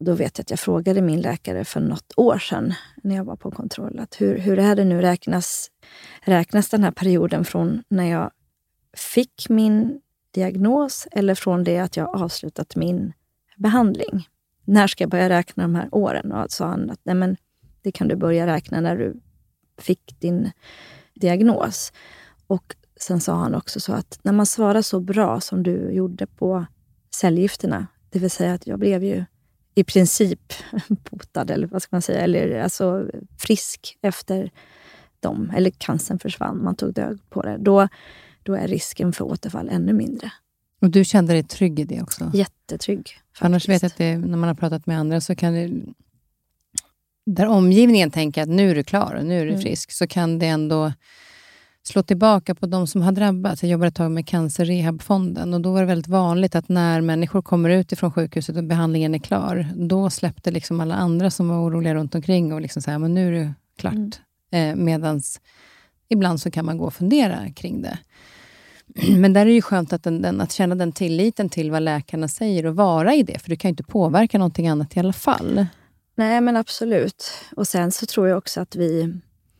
Då vet jag att jag frågade min läkare för något år sedan när jag var på kontroll. Att hur är det nu? Räknas den här perioden från när jag fick min diagnos eller från det att jag avslutat min behandling? När ska jag börja räkna de här åren? Och sa han att nej, men det kan du börja räkna när du fick din diagnos. Och sen sa han också så att när man svarar så bra som du gjorde på cellgifterna, det vill säga att jag blev ju i princip botad, eller vad ska man säga, eller alltså frisk efter dem, eller cancern försvann, man tog död på det, då är risken för återfall ännu mindre. Och du kände dig trygg i det också? Jättetrygg. Faktiskt. Annars vet jag att när man har pratat med andra så kan det, där omgivningen tänker att nu är du klar och nu är du frisk, så kan det ändå slå tillbaka på de som har drabbats. Jag jobbade ett tag med cancerrehabfonden och då var det väldigt vanligt att när människor kommer ut ifrån sjukhuset och behandlingen är klar, då släppte liksom alla andra som var oroliga runt omkring och liksom säga, men nu är det klart. Medans ibland så kan man gå och fundera kring det. Men där är det ju skönt att känna den tilliten till vad läkarna säger och vara i det, för du kan ju inte påverka någonting annat i alla fall. Nej, men absolut. Och sen så tror jag också att vi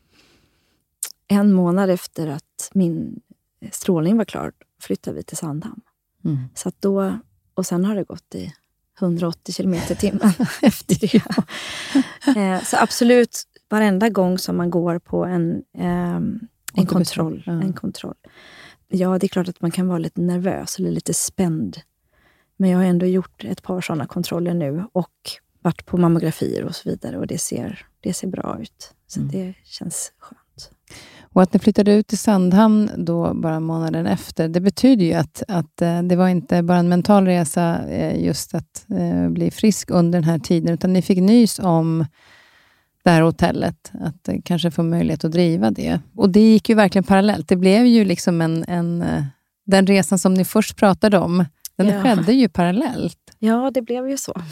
1 månad efter att min strålning var klar flyttade vi till Sandhamn. Så att då, och sen har det gått i 180 kilometer i timmen efter det. Så absolut, varenda gång som man går på en kontroll. En kontroll. Ja, det är klart att man kan vara lite nervös eller lite spänd. Men jag har ändå gjort ett par sådana kontroller nu och varit på mammografier och så vidare. Och det ser bra ut. Så det känns skönt. Och att ni flyttade ut till Sandhamn då bara månaden efter, det betyder ju att det var inte bara en mental resa just att bli frisk under den här tiden, utan ni fick nys om det här hotellet, att kanske få möjlighet att driva det. Och det gick ju verkligen parallellt. Det blev ju liksom den resan som ni först pratade om, den skedde ju parallellt. Ja, det blev ju så.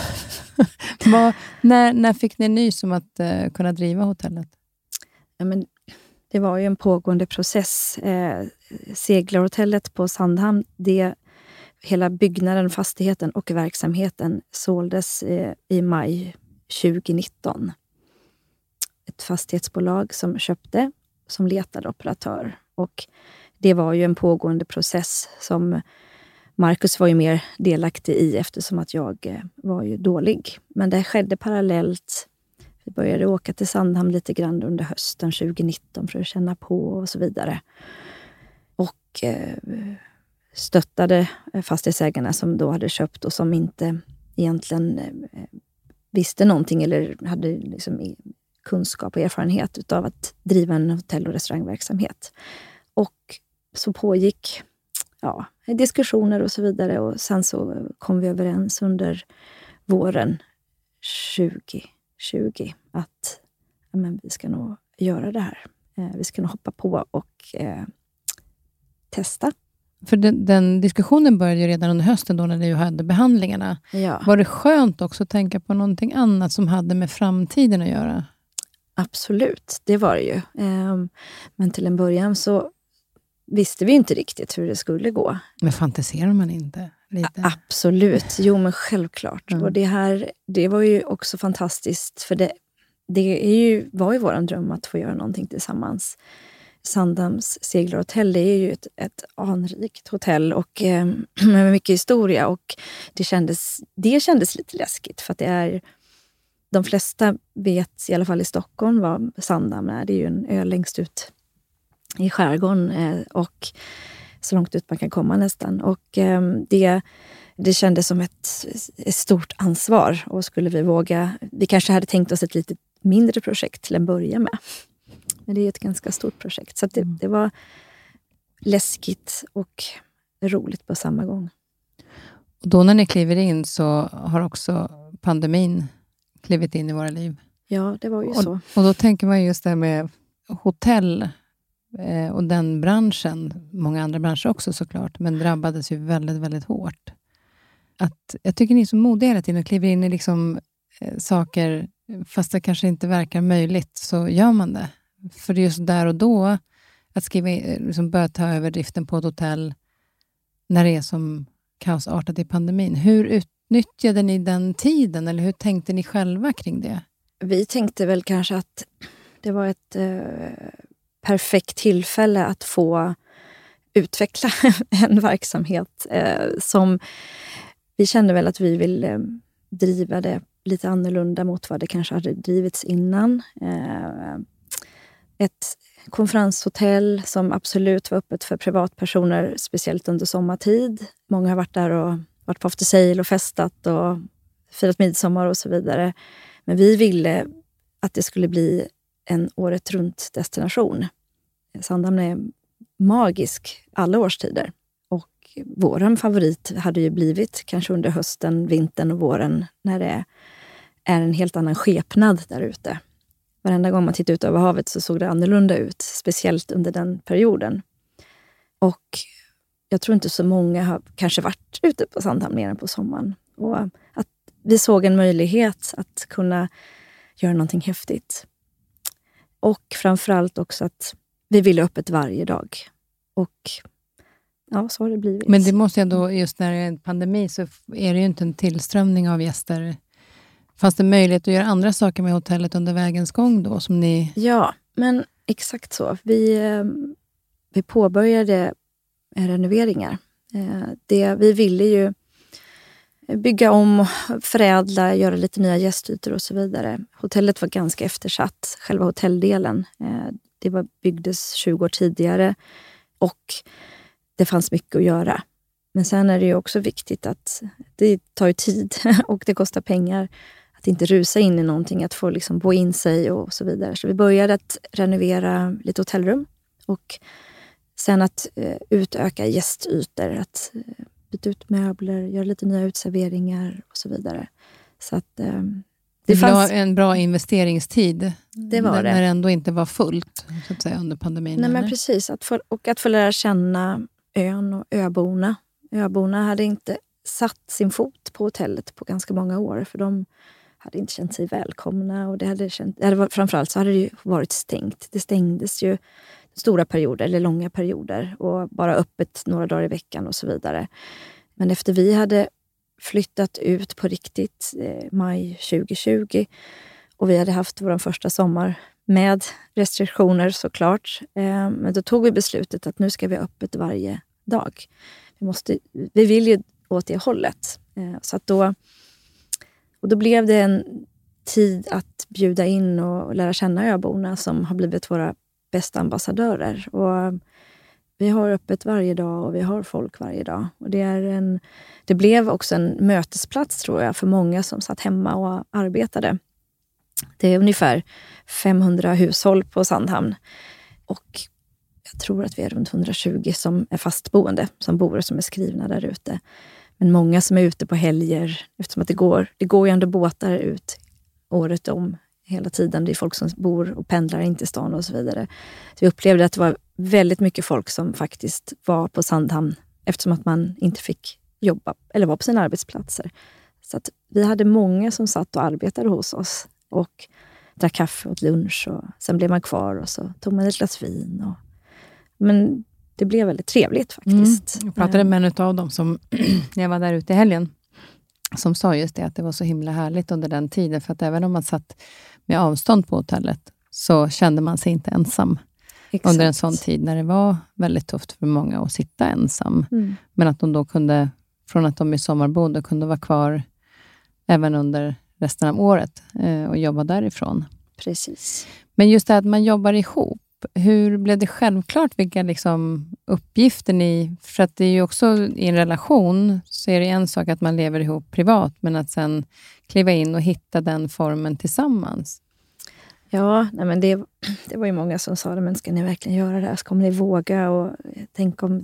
När fick ni nys om att kunna driva hotellet? Ja, men det var ju en pågående process. Seglarhotellet på Sandhamn, hela byggnaden, fastigheten och verksamheten såldes i maj 2019. Ett fastighetsbolag som köpte, som letade operatör. Och det var ju en pågående process som Marcus var ju mer delaktig i, eftersom att jag var ju dålig. Men det skedde parallellt. Vi började åka till Sandhamn lite grann under hösten 2019 för att känna på och så vidare. Och stöttade fastighetsägarna som då hade köpt och som inte egentligen visste någonting eller hade liksom kunskap och erfarenhet utav att driva en hotell- och restaurangverksamhet. Och så pågick diskussioner och så vidare, och sen så kom vi överens under våren 2020 att vi ska nog göra det här. Vi ska nog hoppa på och testa. För den diskussionen började ju redan under hösten då när du hade behandlingarna. Ja. Var det skönt också att tänka på någonting annat som hade med framtiden att göra? Absolut, det var det ju. Men till en början så visste vi inte riktigt hur det skulle gå. Men fantiserar man inte lite? Absolut, jo men självklart. Och det var ju också fantastiskt, för det var ju våran dröm att få göra någonting tillsammans. Sandhamns seglarhotell, det är ju ett anrikt hotell och med mycket historia, och det kändes lite läskigt, för att det är, de flesta vet i alla fall i Stockholm vad Sandhamn är. Det är ju en ö längst ut i skärgården och så långt ut man kan komma nästan. Och det kändes som ett stort ansvar, och skulle vi våga, vi kanske hade tänkt oss ett lite mindre projekt till en början med. Men det är ett ganska stort projekt. Så att det var läskigt och roligt på samma gång. Och då när ni kliver in så har också pandemin klivit in i våra liv. Ja, det var ju så. Och då tänker man just det här med hotell och den branschen, många andra branscher också såklart, men drabbades ju väldigt, väldigt hårt. Jag tycker ni är så modiga hela tiden och kliver in i liksom, saker, fast det kanske inte verkar möjligt, så gör man det. För just där och då, att liksom börja ta över driften på ett hotell när det är som kaosartat i pandemin. utnyttjade ni den tiden? Eller hur tänkte ni själva kring det? Vi tänkte väl kanske att det var ett perfekt tillfälle att få utveckla en verksamhet som vi kände väl att vi ville driva det lite annorlunda mot vad det kanske hade drivits innan. Ett konferenshotell som absolut var öppet för privatpersoner, speciellt under sommartid. Många har varit där och varit på after sale och festat och firat midsommar och så vidare. Men vi ville att det skulle bli en året runt destination. Sandhamn är magisk alla årstider. Och våran favorit hade ju blivit kanske under hösten, vintern och våren när det är en helt annan skepnad där ute. Varenda gång man tittade ut över havet så såg det annorlunda ut, speciellt under den perioden. Och jag tror inte så många har kanske varit ute på Sandhamn nere på sommaren. Och att vi såg en möjlighet att kunna göra någonting häftigt. Och framförallt också att vi ville öppet varje dag. Och ja, så har det blivit. Men det måste jag då, just när det är en pandemi så är det ju inte en tillströmning av gäster. Fanns det möjlighet att göra andra saker med hotellet under vägens gång då? Som ni... Ja, men exakt så. Vi påbörjade renoveringar. Vi ville ju bygga om, förädla, göra lite nya gästytor och så vidare. Hotellet var ganska eftersatt, själva hotelldelen. Det byggdes 20 år tidigare och det fanns mycket att göra. Men sen är det ju också viktigt att det tar ju tid och det kostar pengar att inte rusa in i någonting, att få liksom bo in sig och så vidare. Så vi började att renovera lite hotellrum och sen att utöka gästytor, att byta ut möbler, göra lite nya utserveringar och så vidare. Så att det fanns en bra investeringstid. Det var det. När det ändå inte var fullt så att säga, under pandemin. Nej, men precis. Att få lära känna ön och öborna. Öborna hade inte satt sin fot på hotellet på ganska många år. För de hade inte känt sig välkomna. Och framförallt så hade det ju varit stängt. Det stängdes ju stora perioder eller långa perioder. Och bara öppet några dagar i veckan och så vidare. Men efter vi hade flyttat ut på riktigt maj 2020. Och vi hade haft vår första sommar med restriktioner såklart. Men då tog vi beslutet att nu ska vi öppet varje dag. Vi vill ju åt det hållet. Så att då blev det en tid att bjuda in och lära känna öborna som har blivit våra bästa ambassadörer. Och vi har öppet varje dag och vi har folk varje dag. Och det blev också en mötesplats tror jag för många som satt hemma och arbetade. Det är ungefär 500 hushåll på Sandhamn. Och jag tror att vi är runt 120 som är fastboende, som bor och som är skrivna där ute. Men många som är ute på helger, eftersom att det går ju ändå båtar ut året om hela tiden. Det är folk som bor och pendlar in till stan och så vidare. Så vi upplevde att det var väldigt mycket folk som faktiskt var på Sandhamn eftersom att man inte fick jobba eller vara på sina arbetsplatser. Så att vi hade många som satt och arbetade hos oss och drack kaffe åt lunch och sen blev man kvar och så tog man ett glas vin. Men det blev väldigt trevligt faktiskt. Jag pratade med en av dem som jag var där ute i helgen som sa just det, att det var så himla härligt under den tiden, för att även om man satt med avstånd på hotellet så kände man sig inte ensam. Exakt. Under en sån tid när det var väldigt tufft för många att sitta ensam. Men att de då kunde, från att de är sommarboende, kunde vara kvar även under resten av året och jobba därifrån. Precis. Men just det att man jobbar ihop, hur blev det självklart vilka liksom uppgifter ni... För att det är ju också i en relation så är det en sak att man lever ihop privat, men att sen kliva in och hitta den formen tillsammans. Ja, nej men det var ju många som sa det, men ska ni verkligen göra det här? Ska ni våga? Och tänk om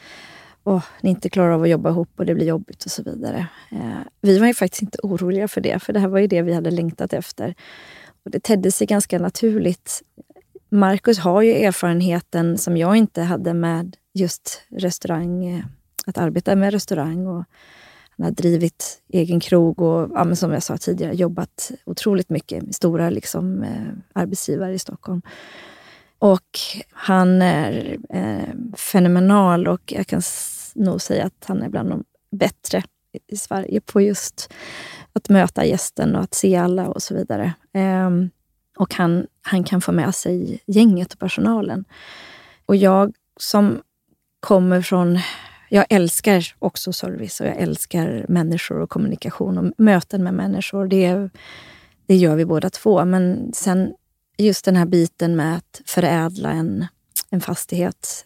ni inte klarar av att jobba ihop och det blir jobbigt och så vidare. Vi var ju faktiskt inte oroliga för det, för det här var ju det vi hade längtat efter. Och det tedde sig ganska naturligt. Marcus har ju erfarenheten som jag inte hade med just restaurang, att arbeta med restaurang, och han har drivit egen krog och men som jag sa tidigare jobbat otroligt mycket med stora liksom, arbetsgivare i Stockholm. Och han är fenomenal och jag kan nog säga att han är bland de bättre i Sverige på just att möta gästen och att se alla och så vidare. Och han kan få med sig gänget och personalen. Och jag som kommer från... Jag älskar också service och jag älskar människor och kommunikation och möten med människor. Det gör vi båda två. Men sen just den här biten med att förädla en fastighet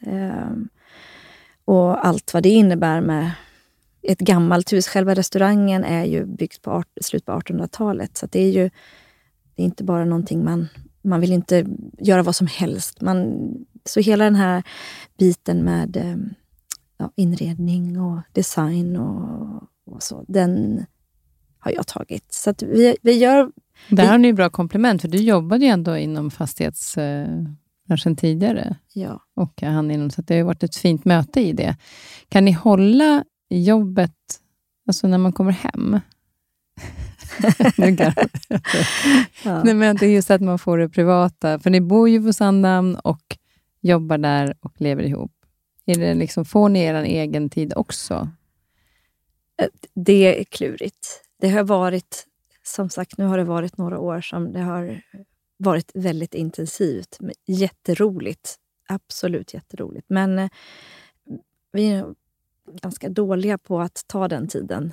och allt vad det innebär med ett gammalt hus. Själva restaurangen är ju byggt på slut på 1800-talet. Så det är inte bara någonting man vill inte göra vad som helst. Så hela den här biten med inredning och design och så, den har jag tagit. Så att vi gör... Där har ni bra komplement, för du jobbade ju ändå inom fastighetsbranschen tidigare. Ja. Och så det har ju varit ett fint möte i det. Kan ni hålla jobbet, alltså när man kommer hem? Ja. Nej, men det är just att man får det privata, för ni bor ju på Sandhamn och jobbar där och lever ihop. Är det liksom, får ni er egen tid också? Det är klurigt. Det har varit, som sagt, nu har det varit några år som det har varit väldigt intensivt. Jätteroligt. Absolut jätteroligt. Men vi är ganska dåliga på att ta den tiden.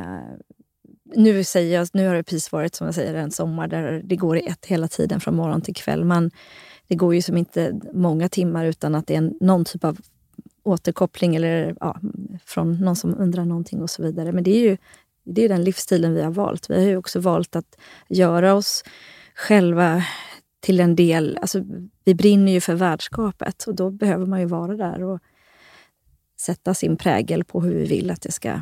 Nu har det precis varit, som jag säger, en sommar där det går i ett hela tiden från morgon till kväll. Det går ju som inte många timmar utan att det är någon typ av återkoppling eller från någon som undrar någonting och så vidare. Men det är den livsstilen vi har valt. Vi har ju också valt att göra oss själva till en del. Alltså, vi brinner ju för värdskapet och då behöver man ju vara där och sätta sin prägel på hur vi vill att det ska...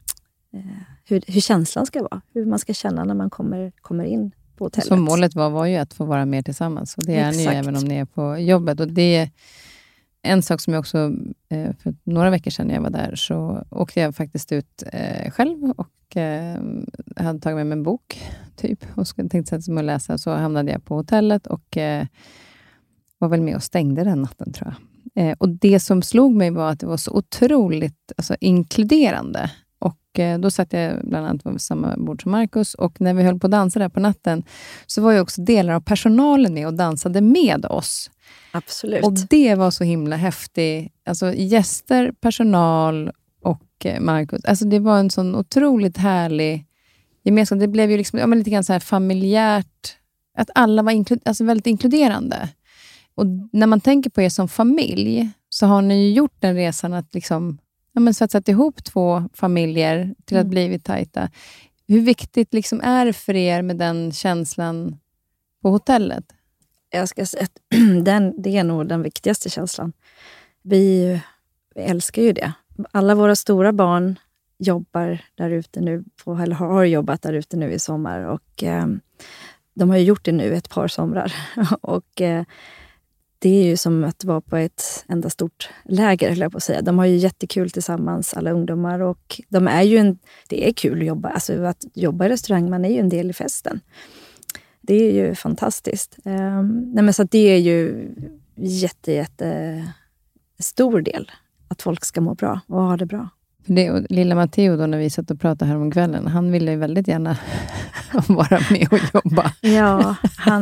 Hur känslan ska vara. Hur man ska känna när man kommer in på hotellet. Så målet var ju att få vara mer tillsammans. Och det är ni ju även om ni är på jobbet. Och det är en sak som jag också, för några veckor sedan när jag var där, så åkte jag faktiskt ut själv och hade tagit med mig en bok typ. Och tänkte sätta mig och läsa. Så hamnade jag på hotellet och var väl med och stängde den natten, tror jag. Och det som slog mig var att det var så otroligt inkluderande. Och då satt jag bland annat på samma bord som Marcus. Och när vi höll på att dansa där på natten så var ju också delar av personalen med och dansade med oss. Absolut. Och det var så himla häftigt. Alltså gäster, personal och Marcus. Alltså det var en sån otroligt härlig gemenskap. Det blev ju liksom, lite grann så här familjärt. Att alla var väldigt inkluderande. Och när man tänker på er som familj så har ni ju gjort den resan att liksom... så att sätta ihop 2 familjer till att blivit tajta. Hur viktigt liksom är det för er med den känslan på hotellet? Jag ska säga att det är nog den viktigaste känslan. Vi älskar ju det. Alla våra stora barn jobbar där ute nu, eller har jobbat där ute nu i sommar. Och de har ju gjort det nu ett par somrar. Och det är ju som att vara på ett enda stort läger, höll jag på att säga. De har ju jättekul tillsammans, alla ungdomar. Och de är ju det är kul att jobba. Alltså att jobba i restaurang, man är ju en del i festen. Det är ju fantastiskt. Så det är ju jätte stor del. Att folk ska må bra och ha det bra. Och lilla Matteo då, när vi satt och pratade här om kvällen, han ville ju väldigt gärna vara med och jobba. Ja,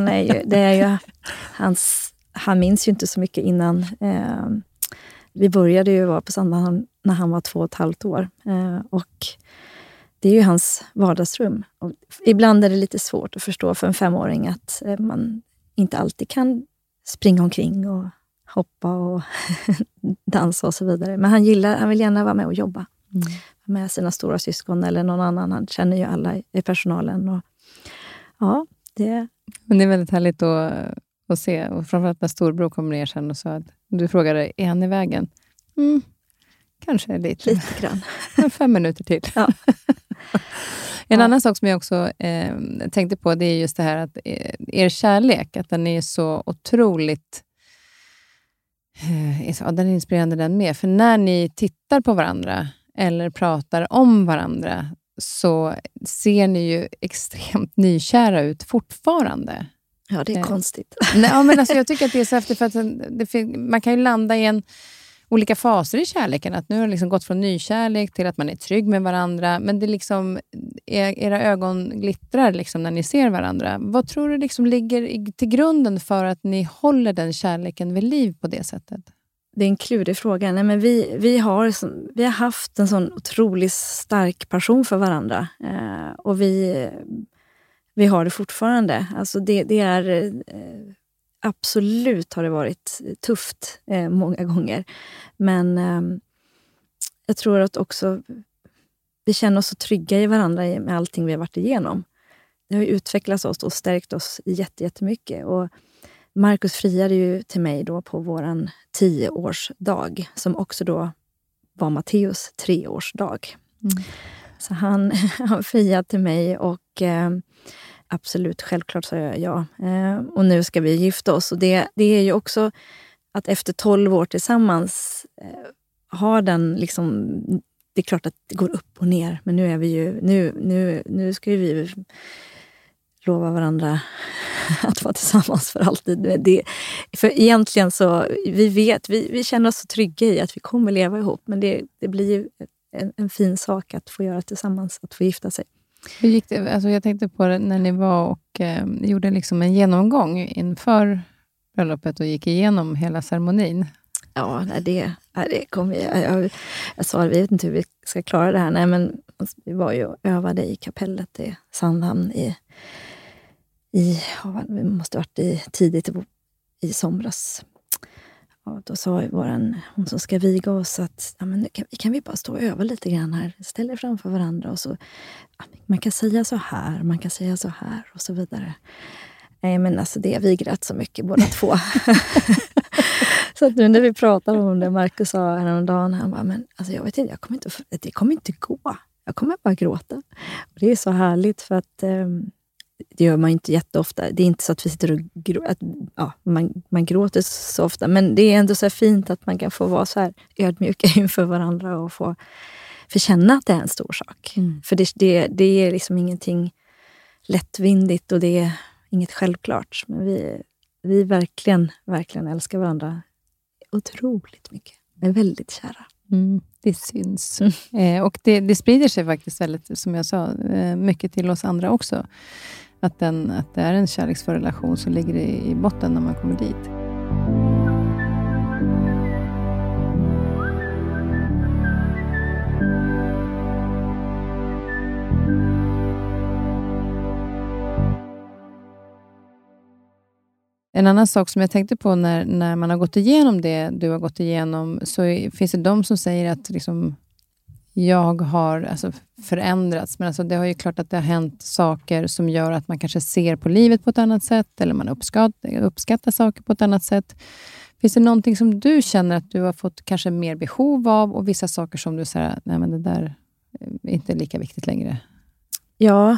han minns ju inte så mycket innan. Vi började ju vara på Sandhamn när han var 2,5 år. Och det är ju hans vardagsrum. Och ibland är det lite svårt att förstå för en 5-åring att man inte alltid kan springa omkring och hoppa och dansa och så vidare. Men han vill gärna vara med och jobba. Med sina stora syskon eller någon annan. Han känner ju alla i personalen. Och, ja, Men det är väldigt härligt att se. Och framförallt när storbror kommer ner sen och sa att du frågade, är han i vägen? Kanske lite grann. 5 minuter till. Ja. En annan sak som jag också tänkte på, det är just det här att er kärlek, att den är så otroligt den är inspirerande den med. För när ni tittar på varandra eller pratar om varandra så ser ni ju extremt nykära ut fortfarande. Ja, det är konstigt. Nej, men alltså, jag tycker att det är så häftigt för att man kan ju landa i en olika faser i kärleken. Att nu har det liksom gått från nykärlek till att man är trygg med varandra. Men det liksom, era ögon glittrar liksom när ni ser varandra. Vad tror du liksom ligger till grunden för att ni håller den kärleken vid liv på det sättet? Det är en klurig fråga. Nej, men vi har haft en sån otroligt stark passion för varandra. Och vi har det fortfarande. Alltså det är... Absolut har det varit tufft många gånger. Men jag tror att också vi känner oss så trygga i varandra med allting vi har varit igenom. Det har ju utvecklats oss och stärkt oss jättemycket. Och Marcus friade ju till mig då på våran 10-årsdag. Som också då var Matteus 3-årsdag. Så han friade till mig och... Absolut, självklart sa jag ja. Och nu ska vi gifta oss. Och det är ju också att efter 12 år tillsammans har den liksom... Det är klart att det går upp och ner. Men nu är vi ju... Nu ska vi lova varandra att vara tillsammans för alltid. För egentligen så... Vi känner oss så trygga i att vi kommer leva ihop. Men det blir ju en fin sak att få göra tillsammans. Att få gifta sig. Hur gick det? Alltså jag tänkte på det när ni var och gjorde liksom en genomgång inför bröllopet och gick igenom hela ceremonin. Ja, det kommer jag sa, vi vet inte hur vi ska klara det här. Nej, men vi var ju och övade i kapellet i Sandhamn vi måste ha varit tidigt i somras. Och då sa hon som ska viga oss att kan vi bara stå och öva lite grann här. Ställ er framför varandra och så man kan säga så här, man kan säga så här och så vidare. Nej, men alltså vi grät så mycket båda två. Så att nu när vi pratar om det, Marcus sa häromdagen, han bara, men alltså jag vet inte, det kommer inte gå. Jag kommer bara gråta. Och det är så härligt för att det gör man inte jätteofta. Det är inte så att vi sitter och man gråter så ofta. Men det är ändå så här fint att man kan få vara så här ödmjuka inför varandra och få känna att det är en stor sak. För det är liksom ingenting lättvindigt och det är inget självklart. Men vi verkligen älskar varandra otroligt mycket. Vi är väldigt kära. Det syns. Och det sprider sig faktiskt väldigt, som jag sa, mycket till oss andra också. Att det är en kärleksfull relation som ligger i botten när man kommer dit. En annan sak som jag tänkte på när man har gått igenom det du har gått igenom, så finns det de som säger att liksom, jag har alltså förändrats. Men alltså, det har ju klart att det har hänt saker som gör att man kanske ser på livet på ett annat sätt. Eller man uppskattar saker på ett annat sätt. Finns det någonting som du känner att du har fått kanske mer behov av? Och vissa saker som du säger, nej men det där är inte lika viktigt längre. Ja,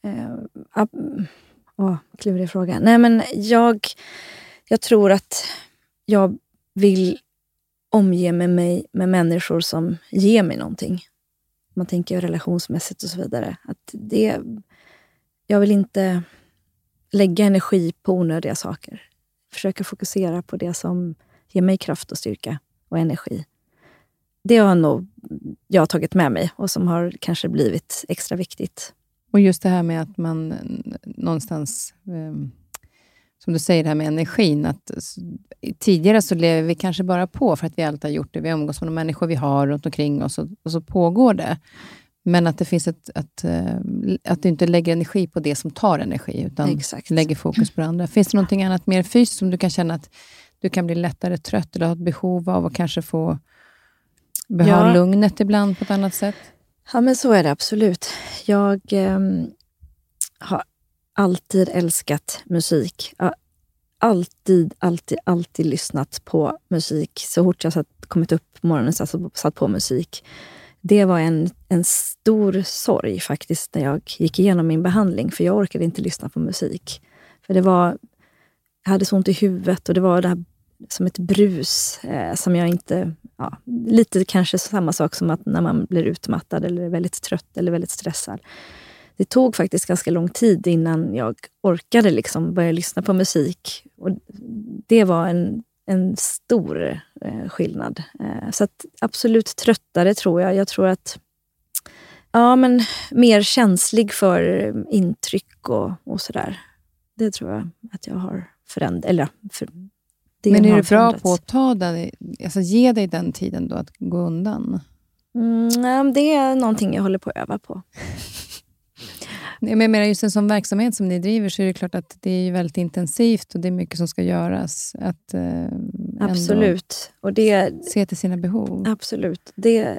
klurig fråga. Nej, men jag tror att jag vill omge mig med människor som ger mig någonting. Man tänker relationsmässigt och så vidare. Att jag vill inte lägga energi på onödiga saker. Försöka fokusera på det som ger mig kraft och styrka och energi. Det har nog jag tagit med mig och som har kanske blivit extra viktigt. Och just det här med att man någonstans, som du säger, det här med energin, att tidigare så lever vi kanske bara på för att vi alltid har gjort det. Vi umgås med de människor vi har runt omkring oss och så pågår det. Men att det finns att du inte lägger energi på det som tar energi, utan lägger fokus på det andra. Finns det någonting annat mer fysiskt som du kan känna att du kan bli lättare trött eller ha ett behov av och kanske få behålla lugnet ibland på ett annat sätt? Ja, men så är det absolut. Jag har alltid älskat musik. Jag har alltid lyssnat på musik. Så fort jag kommit upp på morgonen så satt på musik. Det var en stor sorg faktiskt när jag gick igenom min behandling. För jag orkade inte lyssna på musik. För jag hade så ont i huvudet och det var det här som ett brus som jag inte... Ja, lite kanske samma sak som att när man blir utmattad eller är väldigt trött eller väldigt stressad. Det tog faktiskt ganska lång tid innan jag orkade liksom börja lyssna på musik. Och det var en stor skillnad. Så att absolut tröttare tror jag. Jag tror att men mer känslig för intryck och sådär. Det tror jag att jag har förändrat. Men är du bra på att ta den, alltså ge dig den tiden då att gå undan? Det är någonting jag håller på att öva på. Men jag menar just en sån verksamhet som ni driver, så är det klart att det är väldigt intensivt och det är mycket som ska göras. Att absolut. Och se till sina behov. Absolut.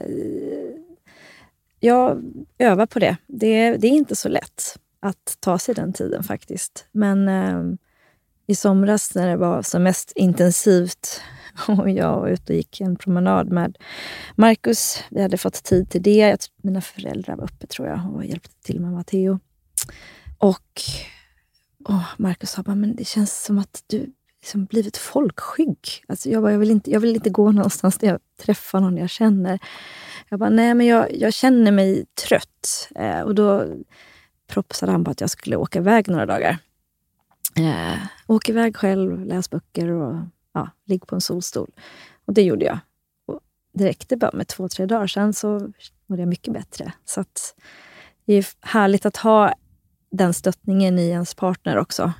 Jag övar på det. Det är inte så lätt att ta sig den tiden faktiskt. Men i somras när det var som mest intensivt och jag var ute och gick en promenad med Marcus. Vi hade fått tid till det. Mina föräldrar var uppe tror jag och hjälpte till med Matteo. Och Marcus sa bara, men det känns som att du liksom blivit folkskygg. Alltså jag vill inte gå någonstans där jag träffar någon jag känner. Jag bara, nej men jag känner mig trött. Och då propsade han på att jag skulle åka iväg några dagar. Åka iväg själv, läsa böcker och ligga på en solstol. Och det gjorde jag. Och det räckte bara med 2-3 dagar sedan så mådde jag mycket bättre. Så att det är härligt att ha den stöttningen i ens partner också.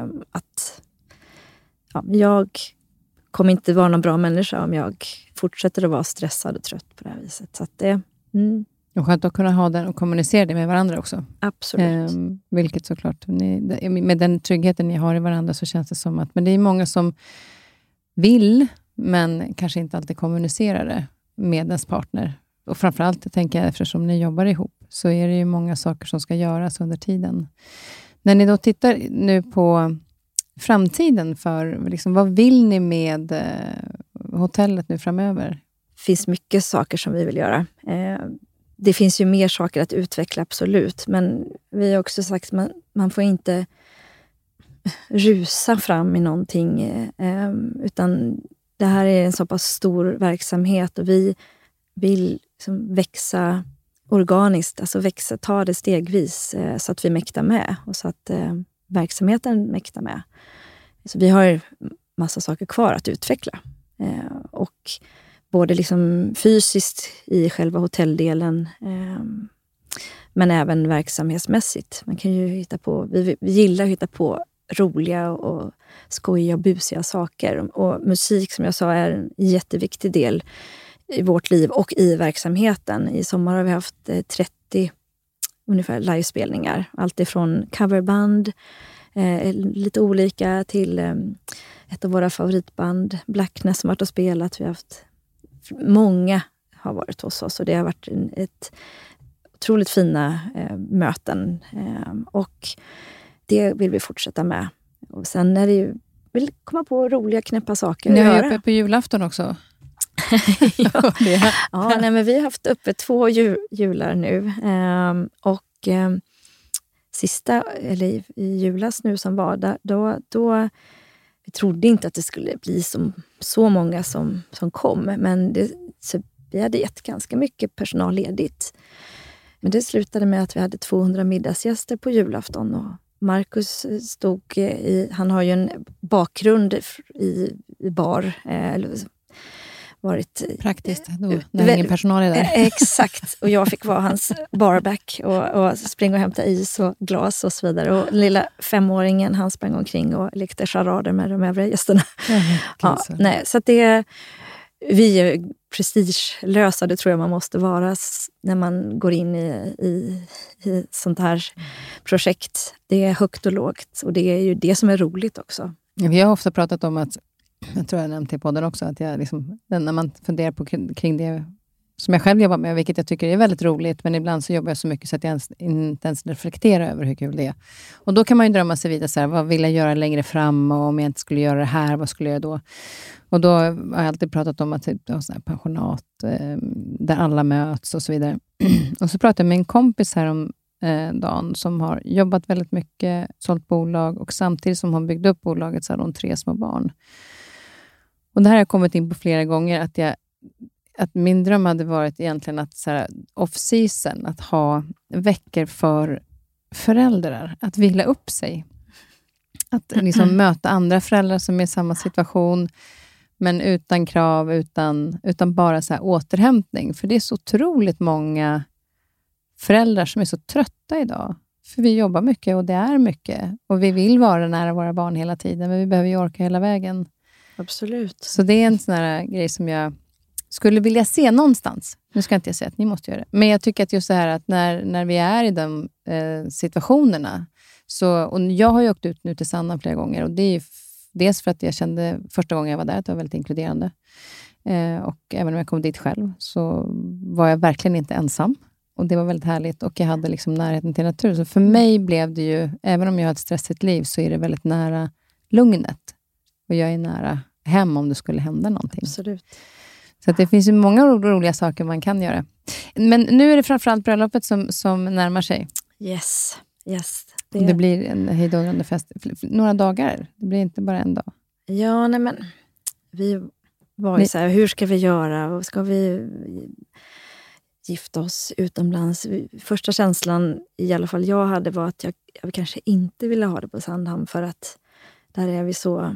Jag kommer inte vara någon bra människa om jag fortsätter att vara stressad och trött på det här viset. Så att det... Och skönt att kunna ha den och kommunicera det med varandra också. Absolut. Vilket såklart, med den tryggheten ni har i varandra så känns det som att, men det är många som vill, men kanske inte alltid kommunicerar det med ens partner. Och framförallt, tänker jag, eftersom ni jobbar ihop, så är det ju många saker som ska göras under tiden. När ni då tittar nu på framtiden för, liksom, vad vill ni med hotellet nu framöver? Det finns mycket saker som vi vill göra. Det finns ju mer saker att utveckla, absolut. Men vi har också sagt att man får inte rusa fram i någonting. Utan det här är en så pass stor verksamhet och vi vill liksom växa organiskt. Alltså ta det stegvis så att vi mäktar med. Och så att verksamheten mäktar med. Så vi har massa saker kvar att utveckla. Och både liksom fysiskt i själva hotelldelen men även verksamhetsmässigt. Man kan ju hitta på, vi gillar att hitta på roliga och skojiga och busiga saker. Och musik, som jag sa, är en jätteviktig del i vårt liv och i verksamheten. I sommar har vi haft 30 ungefär livespelningar. Allt ifrån coverband, lite olika, till ett av våra favoritband, Blackness, som varit och spelat. Vi har haft många har varit hos oss och det har varit ett otroligt fina möten och det vill vi fortsätta med. Och sen är det ju, vill komma på roliga knäppa saker att göra. Ni har uppe på julafton också. Men vi har haft uppe 2 jular nu och sista, eller i julas nu som var, då vi trodde inte att det skulle bli så många som kom. Men så vi hade gett ganska mycket personal ledigt. Men det slutade med att vi hade 200 middagsgäster på julafton. Och Marcus han har ju en bakgrund i bar. Varit praktiskt då, när ingen personal är där. Exakt, och jag fick vara hans barback och springa och hämta is och glas och så vidare. Och lilla 5-åringen, han sprang omkring och lekte charader med de övriga gästerna. Så att vi är prestigelösa, det tror jag man måste vara när man går in i sånt här projekt. Det är högt och lågt och det är ju det som är roligt också. Vi har ofta pratat om att, jag tror jag nämnt i podden också, att jag liksom, när man funderar på kring det som jag själv jobbar med, vilket jag tycker är väldigt roligt, men ibland så jobbar jag så mycket så att jag inte ens reflekterar över hur kul det är. Och då kan man ju drömma sig vidare så här, vad vill jag göra längre fram, och om jag inte skulle göra det här, vad skulle jag då? Och då har jag alltid pratat om att ha sån här pensionat där alla möts och så vidare. Och så pratade jag med en kompis här om dagen som har jobbat väldigt mycket, sålt bolag, och samtidigt som hon byggde upp bolaget så hade hon 3 små barn. Och det här har jag kommit in på flera gånger, att min dröm hade varit egentligen att så här, off-season, att ha veckor för föräldrar, att vila upp sig. Att liksom möta andra föräldrar som är i samma situation, Men utan krav, utan bara så här återhämtning. För det är så otroligt många föräldrar som är så trötta idag. För vi jobbar mycket och det är mycket. Och vi vill vara nära våra barn hela tiden. Men vi behöver ju orka hela vägen. Absolut. Så det är en sån här grej som jag skulle vilja se någonstans. Nu ska inte jag säga att ni måste göra det. Men jag tycker att just det här att när vi är i de situationerna. Och jag har ju åkt ut nu till Sandhamn flera gånger. Och det är ju dels för att jag kände första gången jag var där att det var väldigt inkluderande. Och även om jag kom dit själv så var jag verkligen inte ensam. Och det var väldigt härligt. Och jag hade liksom närheten till naturen. Så för mig blev det ju, även om jag har ett stressigt liv, så är det väldigt nära lugnet. Och jag är nära hem om det skulle hända någonting. Absolut. Så att det finns ju många roliga saker man kan göra. Men nu är det framförallt bröllopet som närmar sig. Yes. Det blir en hejdårande fest. Några dagar. Det blir inte bara en dag. Ja, nej men. Vi var ju så här, hur ska vi göra? Och ska vi gifta oss utomlands? Första känslan, i alla fall jag hade, var att jag kanske inte ville ha det på Sandhamn. För att där är vi så...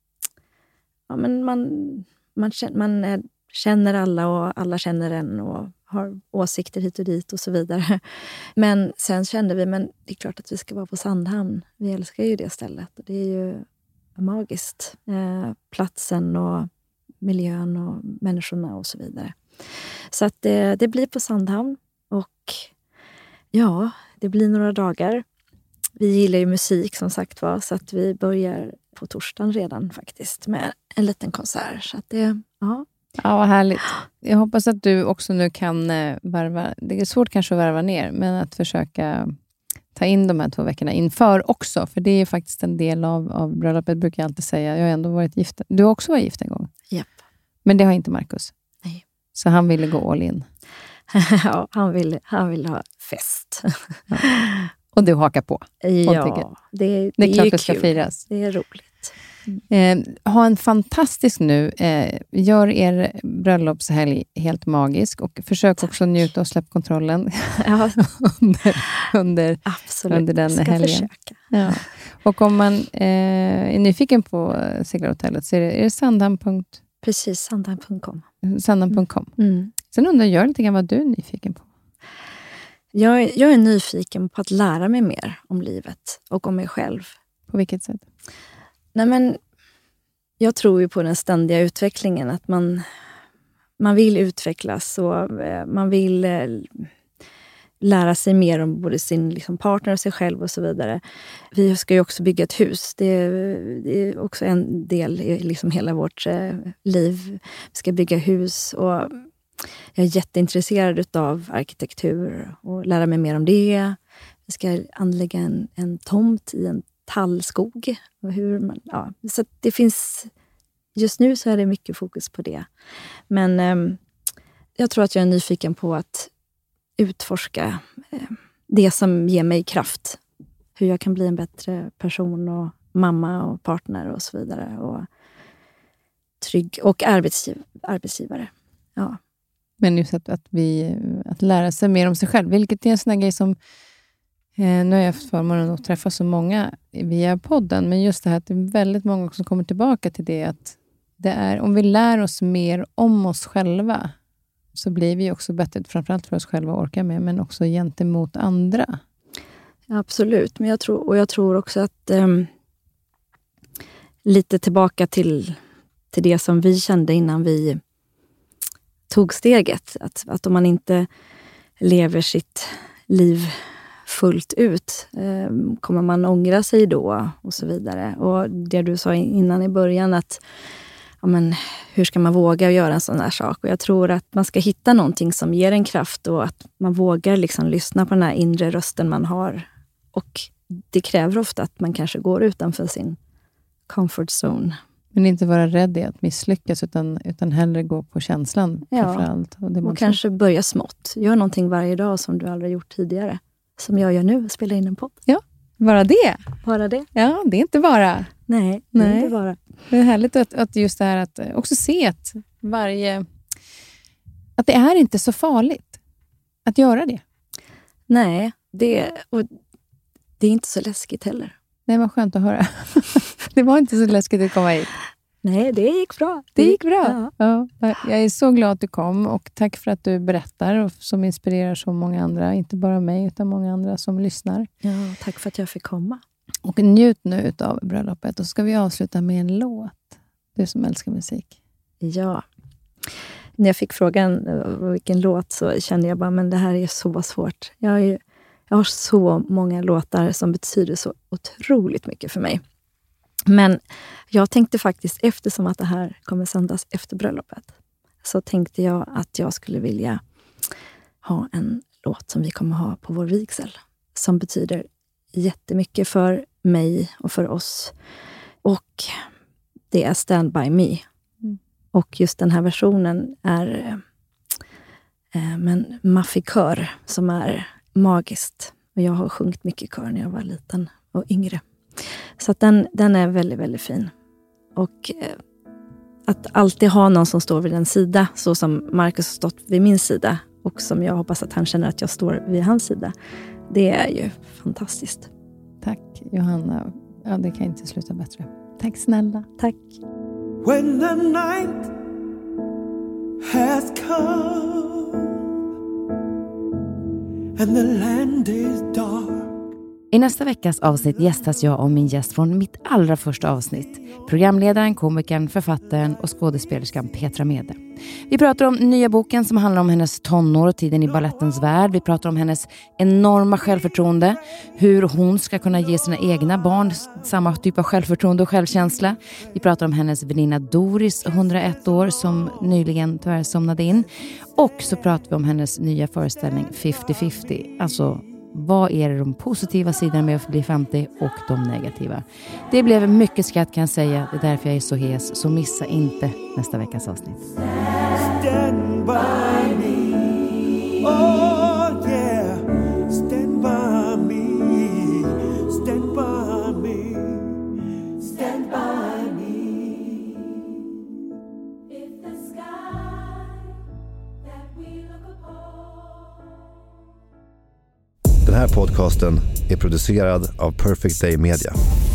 Ja, men man känner alla och alla känner en och har åsikter hit och dit och så vidare. Men sen kände vi, men det är klart att vi ska vara på Sandhamn. Vi älskar ju det stället. Och det är ju magiskt. Platsen och miljön och människorna och så vidare. Så att det blir på Sandhamn. Och ja, det blir några dagar. Vi gillar ju musik som sagt var. Så att vi börjar på torsdagen redan faktiskt med en liten konsert. Så att det, ja. Ja, vad härligt. Jag hoppas att du också nu kan varva. Det är svårt kanske att varva ner, men att försöka ta in de här 2 veckorna inför också. För det är faktiskt en del av bröllopet, brukar jag alltid säga. Jag har ändå varit gift. Du har också varit gift en gång. Japp. Men det har inte Marcus. Nej. Så han ville gå all in. Ja, han vill ha fest. Ja. Och du hakar på. Ja, det är klart ju det ska kul. firas. Det är roligt. Ha en fantastisk nu. Gör er bröllopshelg helt magisk. Och försök också njuta och släpp kontrollen Ja. under den ska helgen. Försöka. Ja. Och om man är nyfiken på Seglarhotellet så är det Sandhamn. Precis, sandhamn.com. Sandhamn.com. Mm. Sen undrar jag lite grann vad du är nyfiken på. Jag är nyfiken på att lära mig mer om livet och om mig själv. På vilket sätt? Nej, men jag tror ju på den ständiga utvecklingen. Att man vill utvecklas och man vill lära sig mer om både sin liksom, partner och sig själv och så vidare. Vi ska ju också bygga ett hus. Det är också en del i liksom hela vårt liv. Vi ska bygga hus och jag är jätteintresserad av arkitektur och lära mig mer om det. Vi ska anlägga en tomt i en tallskog. Och så att det finns, just nu så är det mycket fokus på det. Men jag tror att jag är nyfiken på att utforska det som ger mig kraft. Hur jag kan bli en bättre person och mamma och partner och så vidare. Och trygg och arbetsgivare. Ja. Men just att lära sig mer om sig själv. Vilket är en sån här grej som nu har jag haft förmånen att träffa så många via podden. Men just det här att det är väldigt många som kommer tillbaka till det. Att det är, om vi lär oss mer om oss själva så blir vi också bättre, framförallt för oss själva att orka med, men också gentemot andra. Ja, absolut. Men jag tror också att lite tillbaka till det som vi kände innan vi tog steget. Att om man inte lever sitt liv fullt ut, kommer man ångra sig då och så vidare. Och det du sa innan i början, att hur ska man våga göra en sån här sak? Och jag tror att man ska hitta någonting som ger en kraft och att man vågar liksom lyssna på den här inre rösten man har. Och det kräver ofta att man kanske går utanför sin comfort zone. Men inte vara rädd i att misslyckas utan hellre gå på känslan. Ja, och kanske börja smått. Gör någonting varje dag som du aldrig gjort tidigare. Som jag gör nu, spela in en podd. Ja, bara det. Bara det. Ja, det är inte bara. Nej, det är inte bara. Det är härligt att just det här att också se att att det är inte så farligt att göra det. Nej, det är inte så läskigt heller. Nej, vad skönt att höra. Det var inte så läskigt att komma hit. Nej, det gick bra. Det gick bra. Ja. Jag är så glad att du kom och tack för att du berättar och som inspirerar så många andra. Inte bara mig utan många andra som lyssnar. Ja, tack för att jag fick komma. Och njut nu av bröllopet. Och så ska vi avsluta med en låt. Du som älskar musik. Ja. När jag fick frågan vilken låt så kände jag bara, men det här är så svårt. Jag har så många låtar som betyder så otroligt mycket för mig. Men jag tänkte faktiskt, eftersom att det här kommer sändas efter bröllopet, så tänkte jag att jag skulle vilja ha en låt som vi kommer ha på vår vigsel. Som betyder jättemycket för mig och för oss. Och det är Stand By Me. Och just den här versionen är en maffig kör som är magiskt. Och jag har sjungit mycket kör när jag var liten och yngre. Så att den är väldigt, väldigt fin. Och att alltid ha någon som står vid den sida, så som Marcus har stått vid min sida och som jag hoppas att han känner att jag står vid hans sida. Det är ju fantastiskt. Tack Johanna. Ja, det kan inte sluta bättre. Tack snälla. Tack. When the night has come and the land is dark. I nästa veckas avsnitt gästas jag av min gäst från mitt allra första avsnitt. Programledaren, komikern, författaren och skådespelerskan Petra Mede. Vi pratar om nya boken som handlar om hennes tonår och tiden i ballettens värld. Vi pratar om hennes enorma självförtroende. Hur hon ska kunna ge sina egna barn samma typ av självförtroende och självkänsla. Vi pratar om hennes väninna Doris, 101 år, som nyligen tyvärr somnade in. Och så pratar vi om hennes nya föreställning 50-50. Alltså, vad är det de positiva sidorna med att bli 50 och de negativa? Det blev mycket skratt kan jag säga. Det är därför jag är så hes. Så missa inte nästa veckas avsnitt. Stand by me. Oh yeah. Stand by me. Stand by me. Stand by me. If the sky that we look upon. Den här podcasten är producerad av Perfect Day Media.